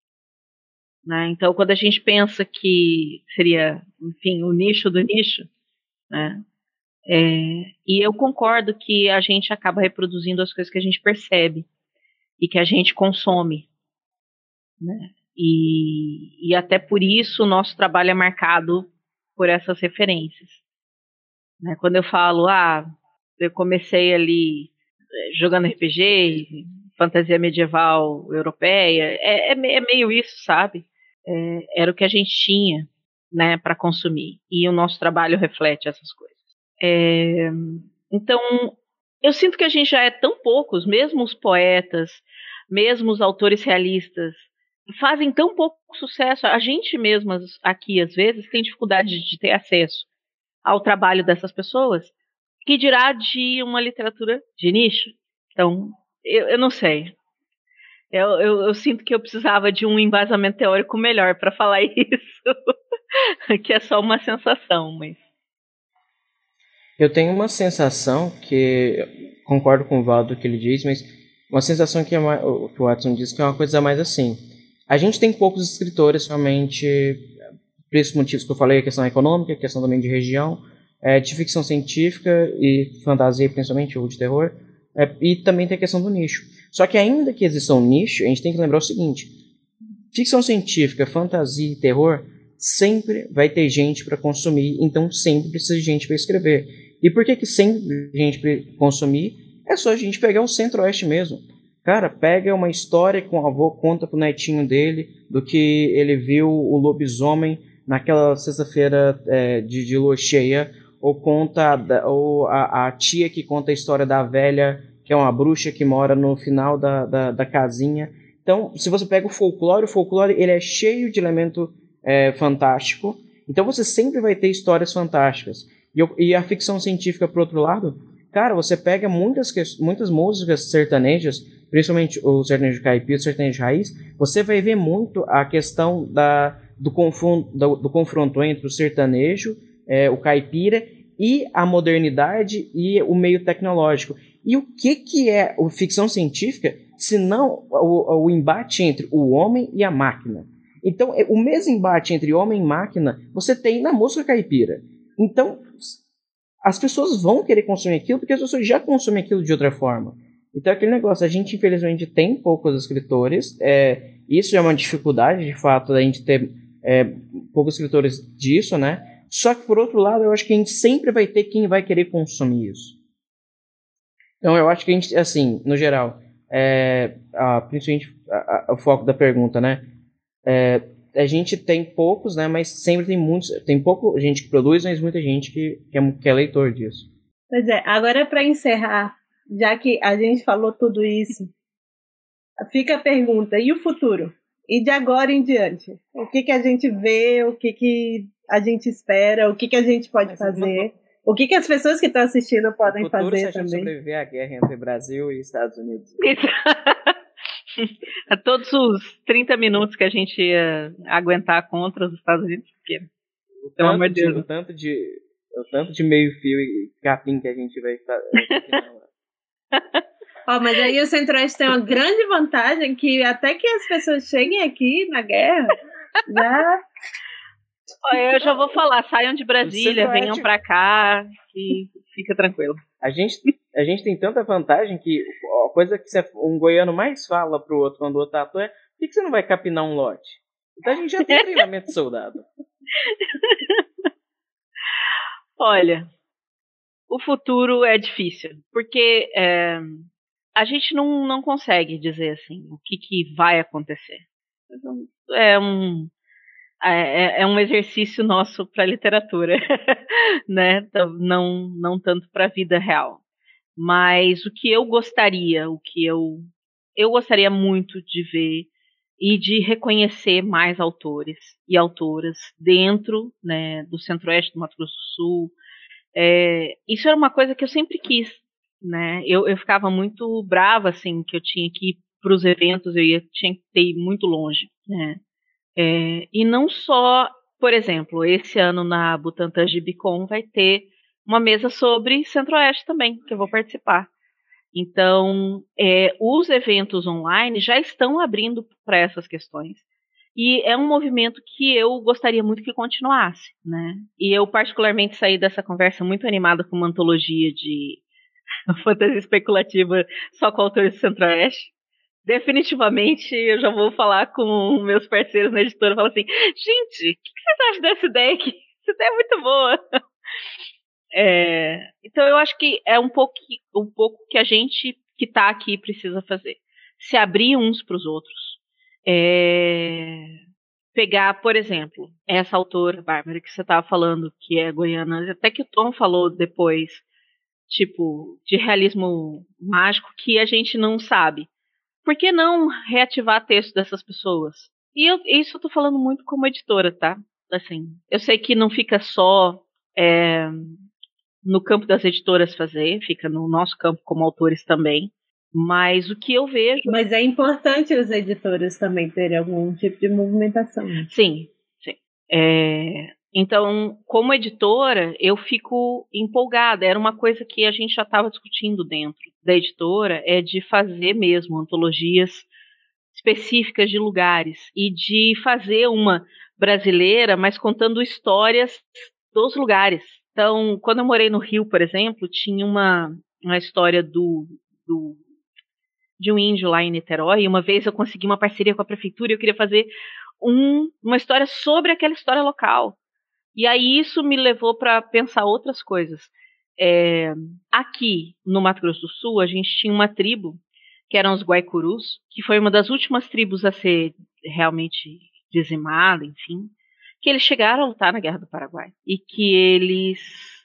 Né? Então, quando a gente pensa que seria, enfim, o nicho do nicho, né? É, e eu concordo que a gente acaba reproduzindo as coisas que a gente percebe e que a gente consome, né? E, e até por isso o nosso trabalho é marcado por essas referências, né? Quando eu falo, ah, eu comecei ali jogando R P G, fantasia medieval europeia, é, é, é meio isso, sabe? É, era o que a gente tinha, né, para consumir, e o nosso trabalho reflete essas coisas. É, então, eu sinto que a gente já é tão poucos, mesmo os poetas, mesmo os autores realistas, fazem tão pouco sucesso. A gente mesmo aqui, às vezes, tem dificuldade de ter acesso ao trabalho dessas pessoas, que dirá de uma literatura de nicho. Então, eu, eu não sei. Eu, eu, eu sinto que eu precisava de um embasamento teórico melhor para falar isso, que é só uma sensação, mas... Eu tenho uma sensação que, concordo com o Valdo que ele diz, mas uma sensação que, é mais, o, que o Watson diz que é uma coisa mais assim. A gente tem poucos escritores realmente, por esses motivos que eu falei, a questão econômica, a questão também de região, é, de ficção científica e fantasia principalmente, ou de terror, é, e também tem a questão do nicho. Só que ainda que exista um nicho, a gente tem que lembrar o seguinte, ficção científica, fantasia e terror sempre vai ter gente para consumir, então sempre precisa de gente para escrever. E por que que sempre gente para consumir? É só a gente pegar o Centro-Oeste mesmo. Cara, pega uma história que o avô conta pro netinho dele, do que ele viu o lobisomem naquela sexta-feira é, de, de lua cheia, ou conta ou a, a tia que conta a história da velha, que é uma bruxa que mora no final da, da, da casinha. Então, se você pega o folclore, o folclore ele é cheio de elemento é, fantástico, então você sempre vai ter histórias fantásticas. E, eu, e a ficção científica, por outro lado, cara, você pega muitas, muitas músicas sertanejas, principalmente o sertanejo caipira, o sertanejo raiz, você vai ver muito a questão da, do, confronto, do, do confronto entre o sertanejo, é, o caipira, e a modernidade e o meio tecnológico. E o que, que é a ficção científica, se não o, o embate entre o homem e a máquina? Então, o mesmo embate entre homem e máquina você tem na música caipira. Então, as pessoas vão querer consumir aquilo porque as pessoas já consomem aquilo de outra forma. Então, aquele negócio, a gente infelizmente tem poucos escritores, é, isso é uma dificuldade, de fato, a gente ter é, poucos escritores disso, né? Só que, por outro lado, eu acho que a gente sempre vai ter quem vai querer consumir isso. Então, eu acho que a gente, assim, no geral, é, a, principalmente a, a, o foco da pergunta, né? É, a gente tem poucos, né? Mas sempre tem muitos, tem pouco gente que produz, mas muita gente que, que, é, que é leitor disso. Pois é, agora para encerrar, já que a gente falou tudo isso, fica a pergunta, e o futuro? E de agora em diante? O que, que a gente vê, o que, que a gente espera, o que, que a gente pode fazer o que, que as pessoas que estão assistindo podem futuro, fazer se a gente também. sobreviver à guerra entre Brasil e Estados Unidos. A todos os trinta minutos que a gente ia aguentar contra os Estados Unidos, porque, O pelo tanto, amor de de, Deus. o, tanto de, o tanto de meio fio e capim que a gente vai fazer. Ó, mas aí o Centro-Oeste tem uma grande vantagem que até que as pessoas cheguem aqui na guerra, já... Olha, eu já vou falar, saiam de Brasília, Centro-Oeste- venham pra cá, que fica tranquilo. A gente, a gente tem tanta vantagem que a coisa que você- um goiano mais fala pro outro quando o outro atua é: por que, que você não vai capinar um lote? Então a gente já tem treinamento de soldado. Olha, o futuro é difícil, porque é, a gente não, não consegue dizer assim o que, que vai acontecer. É um, é, é um exercício nosso para a literatura, né? Não, não tanto para a vida real. Mas o que eu gostaria, o que eu, eu gostaria muito de ver e de reconhecer mais autores e autoras dentro, né, do Centro-Oeste do Mato Grosso do Sul. É, isso era uma coisa que eu sempre quis, né? Eu, eu ficava muito brava, assim, que eu tinha que ir para os eventos, eu ia, tinha que ter ido muito longe, né? É, e não só, por exemplo, esse ano na Butantan Gibicon vai ter uma mesa sobre Centro-Oeste também, que eu vou participar. Então, é, os eventos online já estão abrindo para essas questões. E é um movimento que eu gostaria muito que continuasse, né? E eu particularmente saí dessa conversa muito animada com uma antologia de fantasia especulativa só com autores do Centro-Oeste. Definitivamente eu já vou falar com meus parceiros na editora e falar assim: gente, o que vocês acham dessa ideia aqui? Essa ideia é muito boa. É, então eu acho que é um pouco, um pouco que a gente que está aqui precisa fazer. Se abrir uns para os outros. É, pegar, por exemplo, essa autora, Bárbara, que você estava falando, que é goiana, até que o Tom falou depois, tipo, de realismo mágico que a gente não sabe. Por que não reativar texto dessas pessoas? E eu, isso eu tô falando muito como editora, tá? Assim, eu sei que não fica só é, no campo das editoras fazer, fica no nosso campo como autores também. Mas o que eu vejo... Mas é importante os editores também terem algum tipo de movimentação. Sim, sim. É, então, como editora, eu fico empolgada. Era uma coisa que a gente já estava discutindo dentro da editora, é de fazer mesmo antologias específicas de lugares e de fazer uma brasileira, mas contando histórias dos lugares. Então, quando eu morei no Rio, por exemplo, tinha uma, uma história do, do de um índio lá em Niterói, e uma vez eu consegui uma parceria com a prefeitura e eu queria fazer um, uma história sobre aquela história local. E aí isso me levou para pensar outras coisas. É, aqui no Mato Grosso do Sul, a gente tinha uma tribo, que eram os Guaicurus, que foi uma das últimas tribos a ser realmente dizimada, enfim, que eles chegaram a lutar na Guerra do Paraguai. E que eles,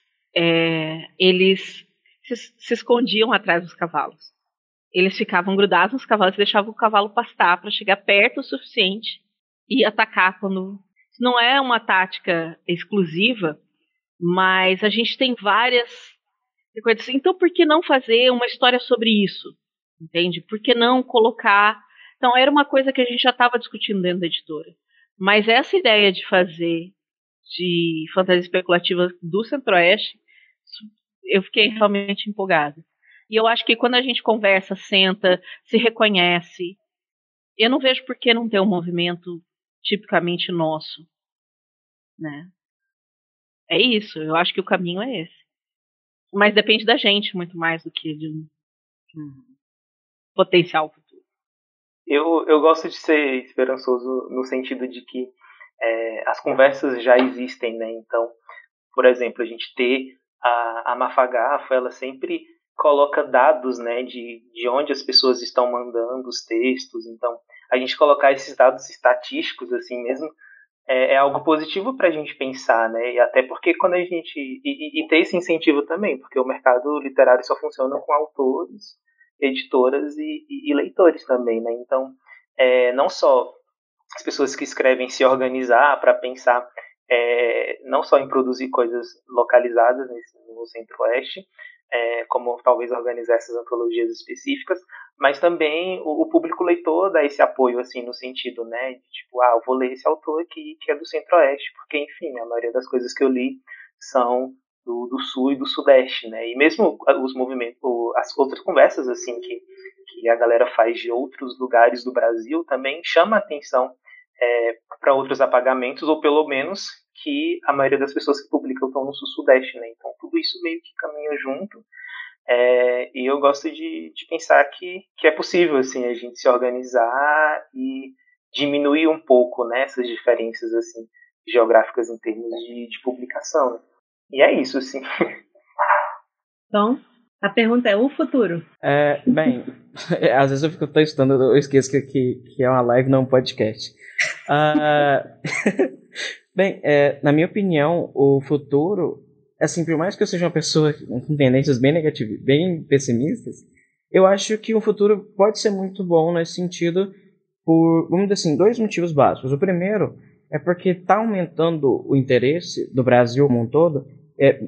é, eles se, se escondiam atrás dos cavalos. Eles ficavam grudados nos cavalos e deixavam o cavalo pastar para chegar perto o suficiente e atacar quando... Não é uma tática exclusiva, mas a gente tem várias coisas. Então, por que não fazer uma história sobre isso? Entende? Por que não colocar... Então, era uma coisa que a gente já estava discutindo dentro da editora. Mas essa ideia de fazer de fantasia especulativa do Centro-Oeste, eu fiquei realmente empolgada. E eu acho que quando a gente conversa, senta, se reconhece, eu não vejo por que não ter um movimento tipicamente nosso, né? É isso, eu acho que o caminho é esse. Mas depende da gente muito mais do que de um, de um potencial futuro. Eu, eu gosto de ser esperançoso no sentido de que é, as conversas já existem, né? Então, por exemplo, a gente ter a, a Mafagafo, ela sempre coloca dados, né, de, de onde as pessoas estão mandando os textos. Então, a gente colocar esses dados estatísticos assim mesmo é, é algo positivo para a gente pensar, né? E até porque quando a gente e, e ter esse incentivo também, porque o mercado literário só funciona com autores, editoras e, e, e leitores também, né? Então, é, não só as pessoas que escrevem se organizar para pensar é, não só em produzir coisas localizadas nesse, no Centro-Oeste, é, como talvez organizar essas antologias específicas, mas também o, o público leitor dá esse apoio, assim, no sentido, né, de tipo, ah, eu vou ler esse autor aqui que é do Centro-Oeste, porque, enfim, a maioria das coisas que eu li são do, do Sul e do Sudeste, né, e mesmo os movimentos, as outras conversas, assim, que, que a galera faz de outros lugares do Brasil também chama a atenção é, para outros apagamentos, ou pelo menos que a maioria das pessoas que publicam estão no Sul-Sudeste, né? Então tudo isso meio que caminha junto, é, e eu gosto de, de pensar que, que é possível assim, a gente se organizar e diminuir um pouco, né, essas diferenças assim, geográficas em termos de, de publicação. Né? E é isso, assim. Então, a pergunta é o futuro. É, bem, às vezes eu fico tão estudando, eu esqueço que, que, que é uma live, não um podcast. Uh, bem, é, na minha opinião, o futuro, assim, por mais que eu seja uma pessoa com tendências bem negativas, bem pessimistas, eu acho que o futuro pode ser muito bom nesse sentido por, vamos dizer assim, dois motivos básicos. O primeiro é porque está aumentando o interesse do Brasil como um todo, é,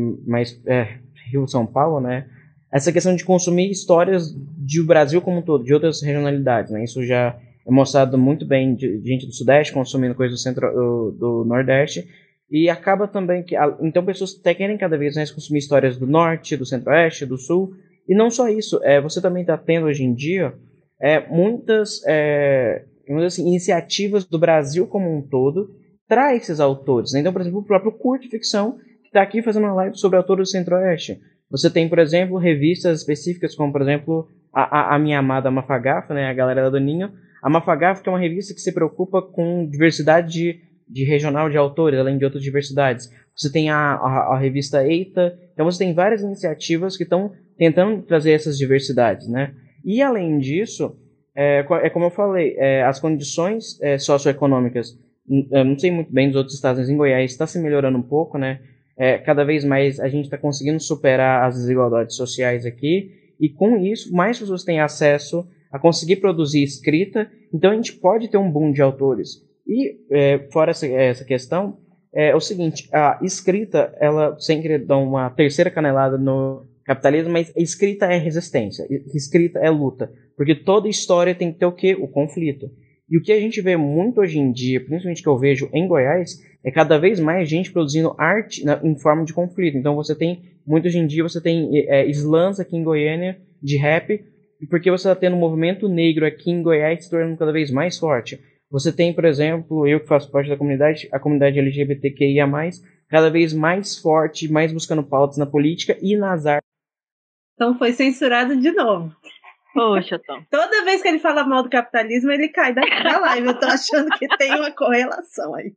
mas é, Rio, São Paulo, né? Essa questão de consumir histórias do Brasil como um todo, de outras regionalidades, né? Isso já é mostrado muito bem de, de gente do Sudeste consumindo coisas do, centro, do, do Nordeste, e acaba também que então pessoas querem cada vez mais consumir histórias do Norte, do Centro-Oeste, do Sul, e não só isso, é, você também está tendo hoje em dia é, muitas é, assim, iniciativas do Brasil como um todo para esses autores, né? Então, por exemplo, o próprio Curto Ficção, que está aqui fazendo uma live sobre autores do Centro-Oeste. Você tem, por exemplo, revistas específicas, como, por exemplo, a, a, a minha amada Mafagafo, né, a galera da Doninho. A Mafagafo, que é uma revista que se preocupa com diversidade de, de regional de autores, além de outras diversidades. Você tem a, a, a revista Eita. Então, você tem várias iniciativas que estão tentando trazer essas diversidades, né? E, além disso, é, é como eu falei, é, as condições é, socioeconômicas, eu não sei muito bem dos outros estados, mas em Goiás está se melhorando um pouco, né? É, cada vez mais a gente está conseguindo superar as desigualdades sociais aqui, e com isso mais pessoas têm acesso a conseguir produzir escrita, então a gente pode ter um boom de autores. E é, fora essa, essa questão, é o seguinte, a escrita, ela, sem querer dar uma terceira canelada no capitalismo, mas a escrita é resistência, escrita é luta, porque toda história tem que ter o quê? O conflito. E o que a gente vê muito hoje em dia, principalmente que eu vejo em Goiás, é cada vez mais gente produzindo arte na, em forma de conflito. Então você tem, muito hoje em dia, você tem é, slams aqui em Goiânia, de rap, porque você está tendo um movimento negro aqui em Goiás se tornando cada vez mais forte. Você tem, por exemplo, eu que faço parte da comunidade, a comunidade L G B T Q I A mais, cada vez mais forte, mais buscando pautas na política e nas artes. Então foi censurado de novo. Poxa, Tom. Toda vez que ele fala mal do capitalismo, ele cai da, da live. Eu tô achando que tem uma correlação aí.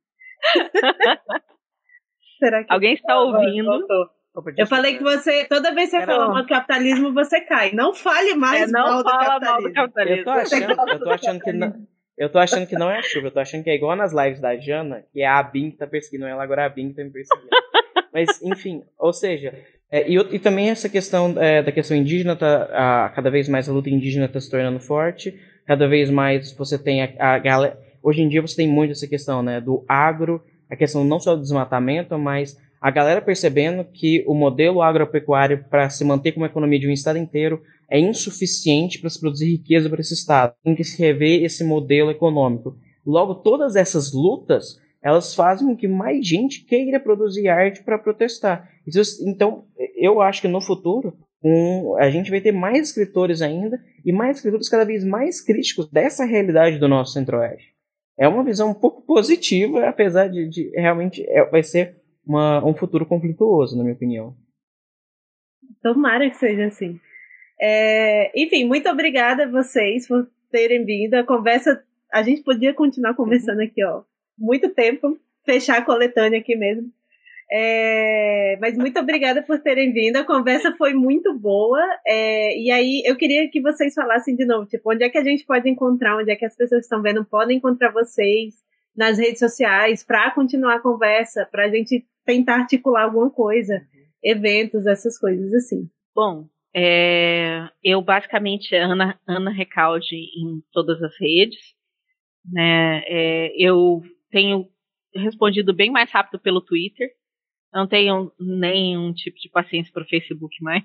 Será que... Alguém está ouvindo? Eu falei que você, toda vez que você fala mal do capitalismo, você cai. Não fale mais é, não mal, do fala mal do capitalismo. Eu tô achando, eu tô achando que não, eu tô achando que não é a chuva. Eu tô achando que é igual nas lives da Jana, que é a Abin que tá perseguindo ela, agora a Abin que tá me perseguindo. Mas, enfim, ou seja... É, e, e também essa questão é, da questão indígena, tá, a, cada vez mais a luta indígena está se tornando forte, cada vez mais você tem a, a galera... Hoje em dia você tem muito essa questão, né, do agro, a questão não só do desmatamento, mas a galera percebendo que o modelo agropecuário para se manter como economia de um estado inteiro é insuficiente para se produzir riqueza para esse estado. Tem que se rever esse modelo econômico. Logo, todas essas lutas, elas fazem com que mais gente queira produzir arte para protestar. Então, eu acho que no futuro, um, a gente vai ter mais escritores ainda, e mais escritores cada vez mais críticos dessa realidade do nosso Centro-Oeste. É uma visão um pouco positiva, apesar de, de realmente é, vai ser uma, um futuro conflituoso, na minha opinião. Tomara que seja assim. É, enfim, muito obrigada a vocês por terem vindo. A conversa, a gente podia continuar conversando aqui, ó, muito tempo, fechar a coletânea aqui mesmo. É, mas muito obrigada por terem vindo, a conversa foi muito boa, é, e aí eu queria que vocês falassem de novo, tipo, onde é que a gente pode encontrar, onde é que as pessoas que estão vendo podem encontrar vocês nas redes sociais para continuar a conversa, para a gente tentar articular alguma coisa, eventos, essas coisas assim. Bom, é, eu basicamente Ana, Ana Recalde em todas as redes, né, é, eu tenho respondido bem mais rápido pelo Twitter. Não tenho nenhum tipo de paciência para o Facebook mais.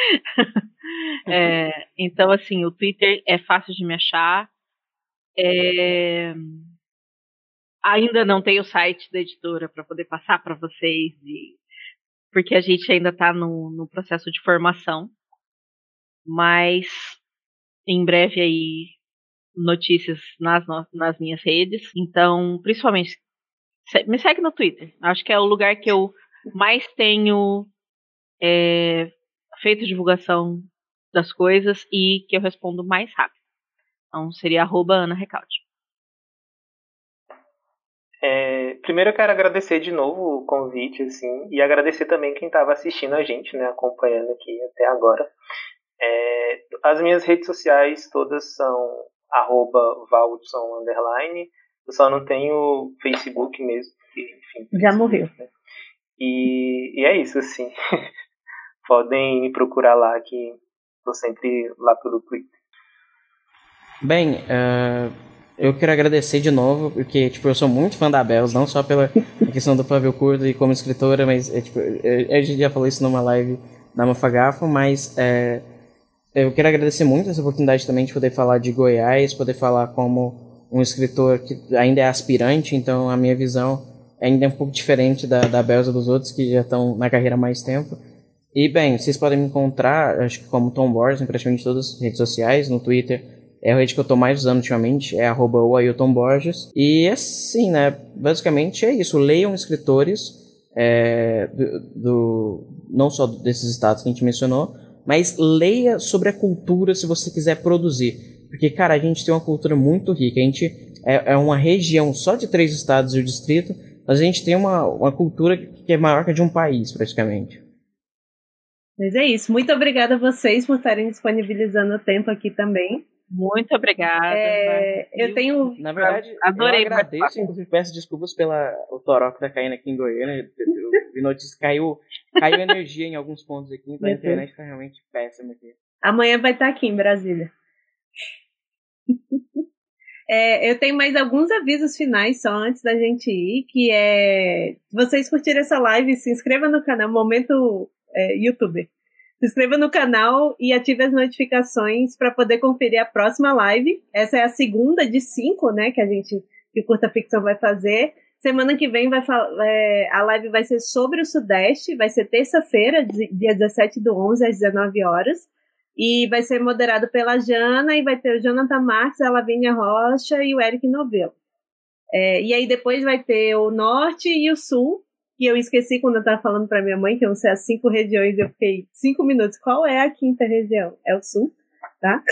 é, então, assim, o Twitter é fácil de me achar. É, ainda não tenho o site da editora para poder passar para vocês, e, porque a gente ainda está no, no processo de formação. Mas em breve aí notícias nas, nas minhas redes. Então, principalmente, me segue no Twitter. Acho que é o lugar que eu mais tenho é, feito divulgação das coisas e que eu respondo mais rápido. Então, seria arroba Ana Recalde. É, primeiro eu quero agradecer de novo o convite, assim, e agradecer também quem estava assistindo a gente, né, acompanhando aqui até agora. É, as minhas redes sociais todas são arroba Valdson underline. Eu só não tenho Facebook mesmo. Enfim, já morreu. Né? E, e é isso, assim. Podem me procurar lá, que estou sempre lá pelo Twitter. Bem, uh, eu quero agradecer de novo, porque tipo, eu sou muito fã da Bells, não só pela questão do pavio curto e como escritora, mas é, tipo, a gente já falou isso numa live da Mafagafo, mas é, eu quero agradecer muito essa oportunidade também de poder falar de Goiás, poder falar como um escritor que ainda é aspirante, então a minha visão ainda é um pouco diferente da, da Bells e dos outros que já estão na carreira há mais tempo. E, bem, vocês podem me encontrar, acho que como Tom Borges, em praticamente todas as redes sociais, no Twitter, é a rede que eu estou mais usando ultimamente, é arroba o Ailton Borges. E, assim, né, basicamente é isso, leiam escritores, é, do, do, não só desses estados que a gente mencionou, mas leia sobre a cultura se você quiser produzir. Porque, cara, a gente tem uma cultura muito rica, a gente é, é uma região só de três estados e o distrito, mas a gente tem uma, uma cultura que é maior que a de um país, praticamente. Mas é isso. Muito obrigada a vocês por estarem disponibilizando o tempo aqui também. Muito obrigada. É, eu tenho... Na verdade, adorei. Eu agradeço, inclusive peço desculpas pela o toró que tá caindo aqui em Goiânia. Eu vi notícia, caiu, caiu energia em alguns pontos aqui, então a internet tá realmente péssima aqui. Amanhã vai estar aqui em Brasília. É, eu tenho mais alguns avisos finais só antes da gente ir, que é... Se vocês curtirem essa live, se inscreva no canal Momento é, YouTube. Se inscreva no canal e ative as notificações para poder conferir a próxima live. Essa é a segunda de cinco, né, que a gente, que Curta Ficção vai fazer. Semana que vem vai, é, a live vai ser sobre o Sudeste, vai ser terça-feira, dia dezessete do onze, às dezenove horas. E vai ser moderado pela Jana, e vai ter o Jonathan Marques, a Lavínia Rocha e o Eric Novelo. É, e aí depois vai ter o Norte e o Sul, que eu esqueci quando eu estava falando para minha mãe, que iam ser as cinco regiões, eu fiquei cinco minutos. Qual é a quinta região? É o Sul, tá?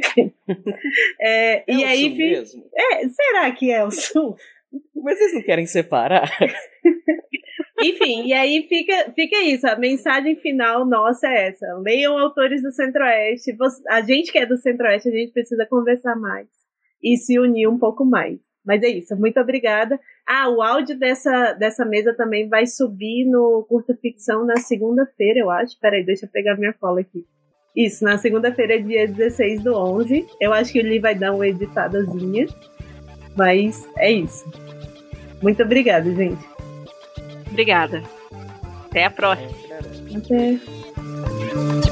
é, é e o aí, Sul mesmo? É, será que é o Sul? Mas vocês não querem separar? Enfim, e aí fica, fica isso, a mensagem final nossa é essa: leiam autores do Centro-Oeste. A gente que é do Centro-Oeste, a gente precisa conversar mais e se unir um pouco mais. Mas é isso, muito obrigada. Ah, o áudio dessa, dessa mesa também vai subir no Curta Ficção na segunda-feira, eu acho. Peraí, deixa eu pegar minha cola aqui. Isso, na segunda-feira, dia dezesseis do onze. Eu acho que ele vai dar uma editadazinha. Mas é isso. Muito obrigada, gente. Obrigada. Até a próxima. Até.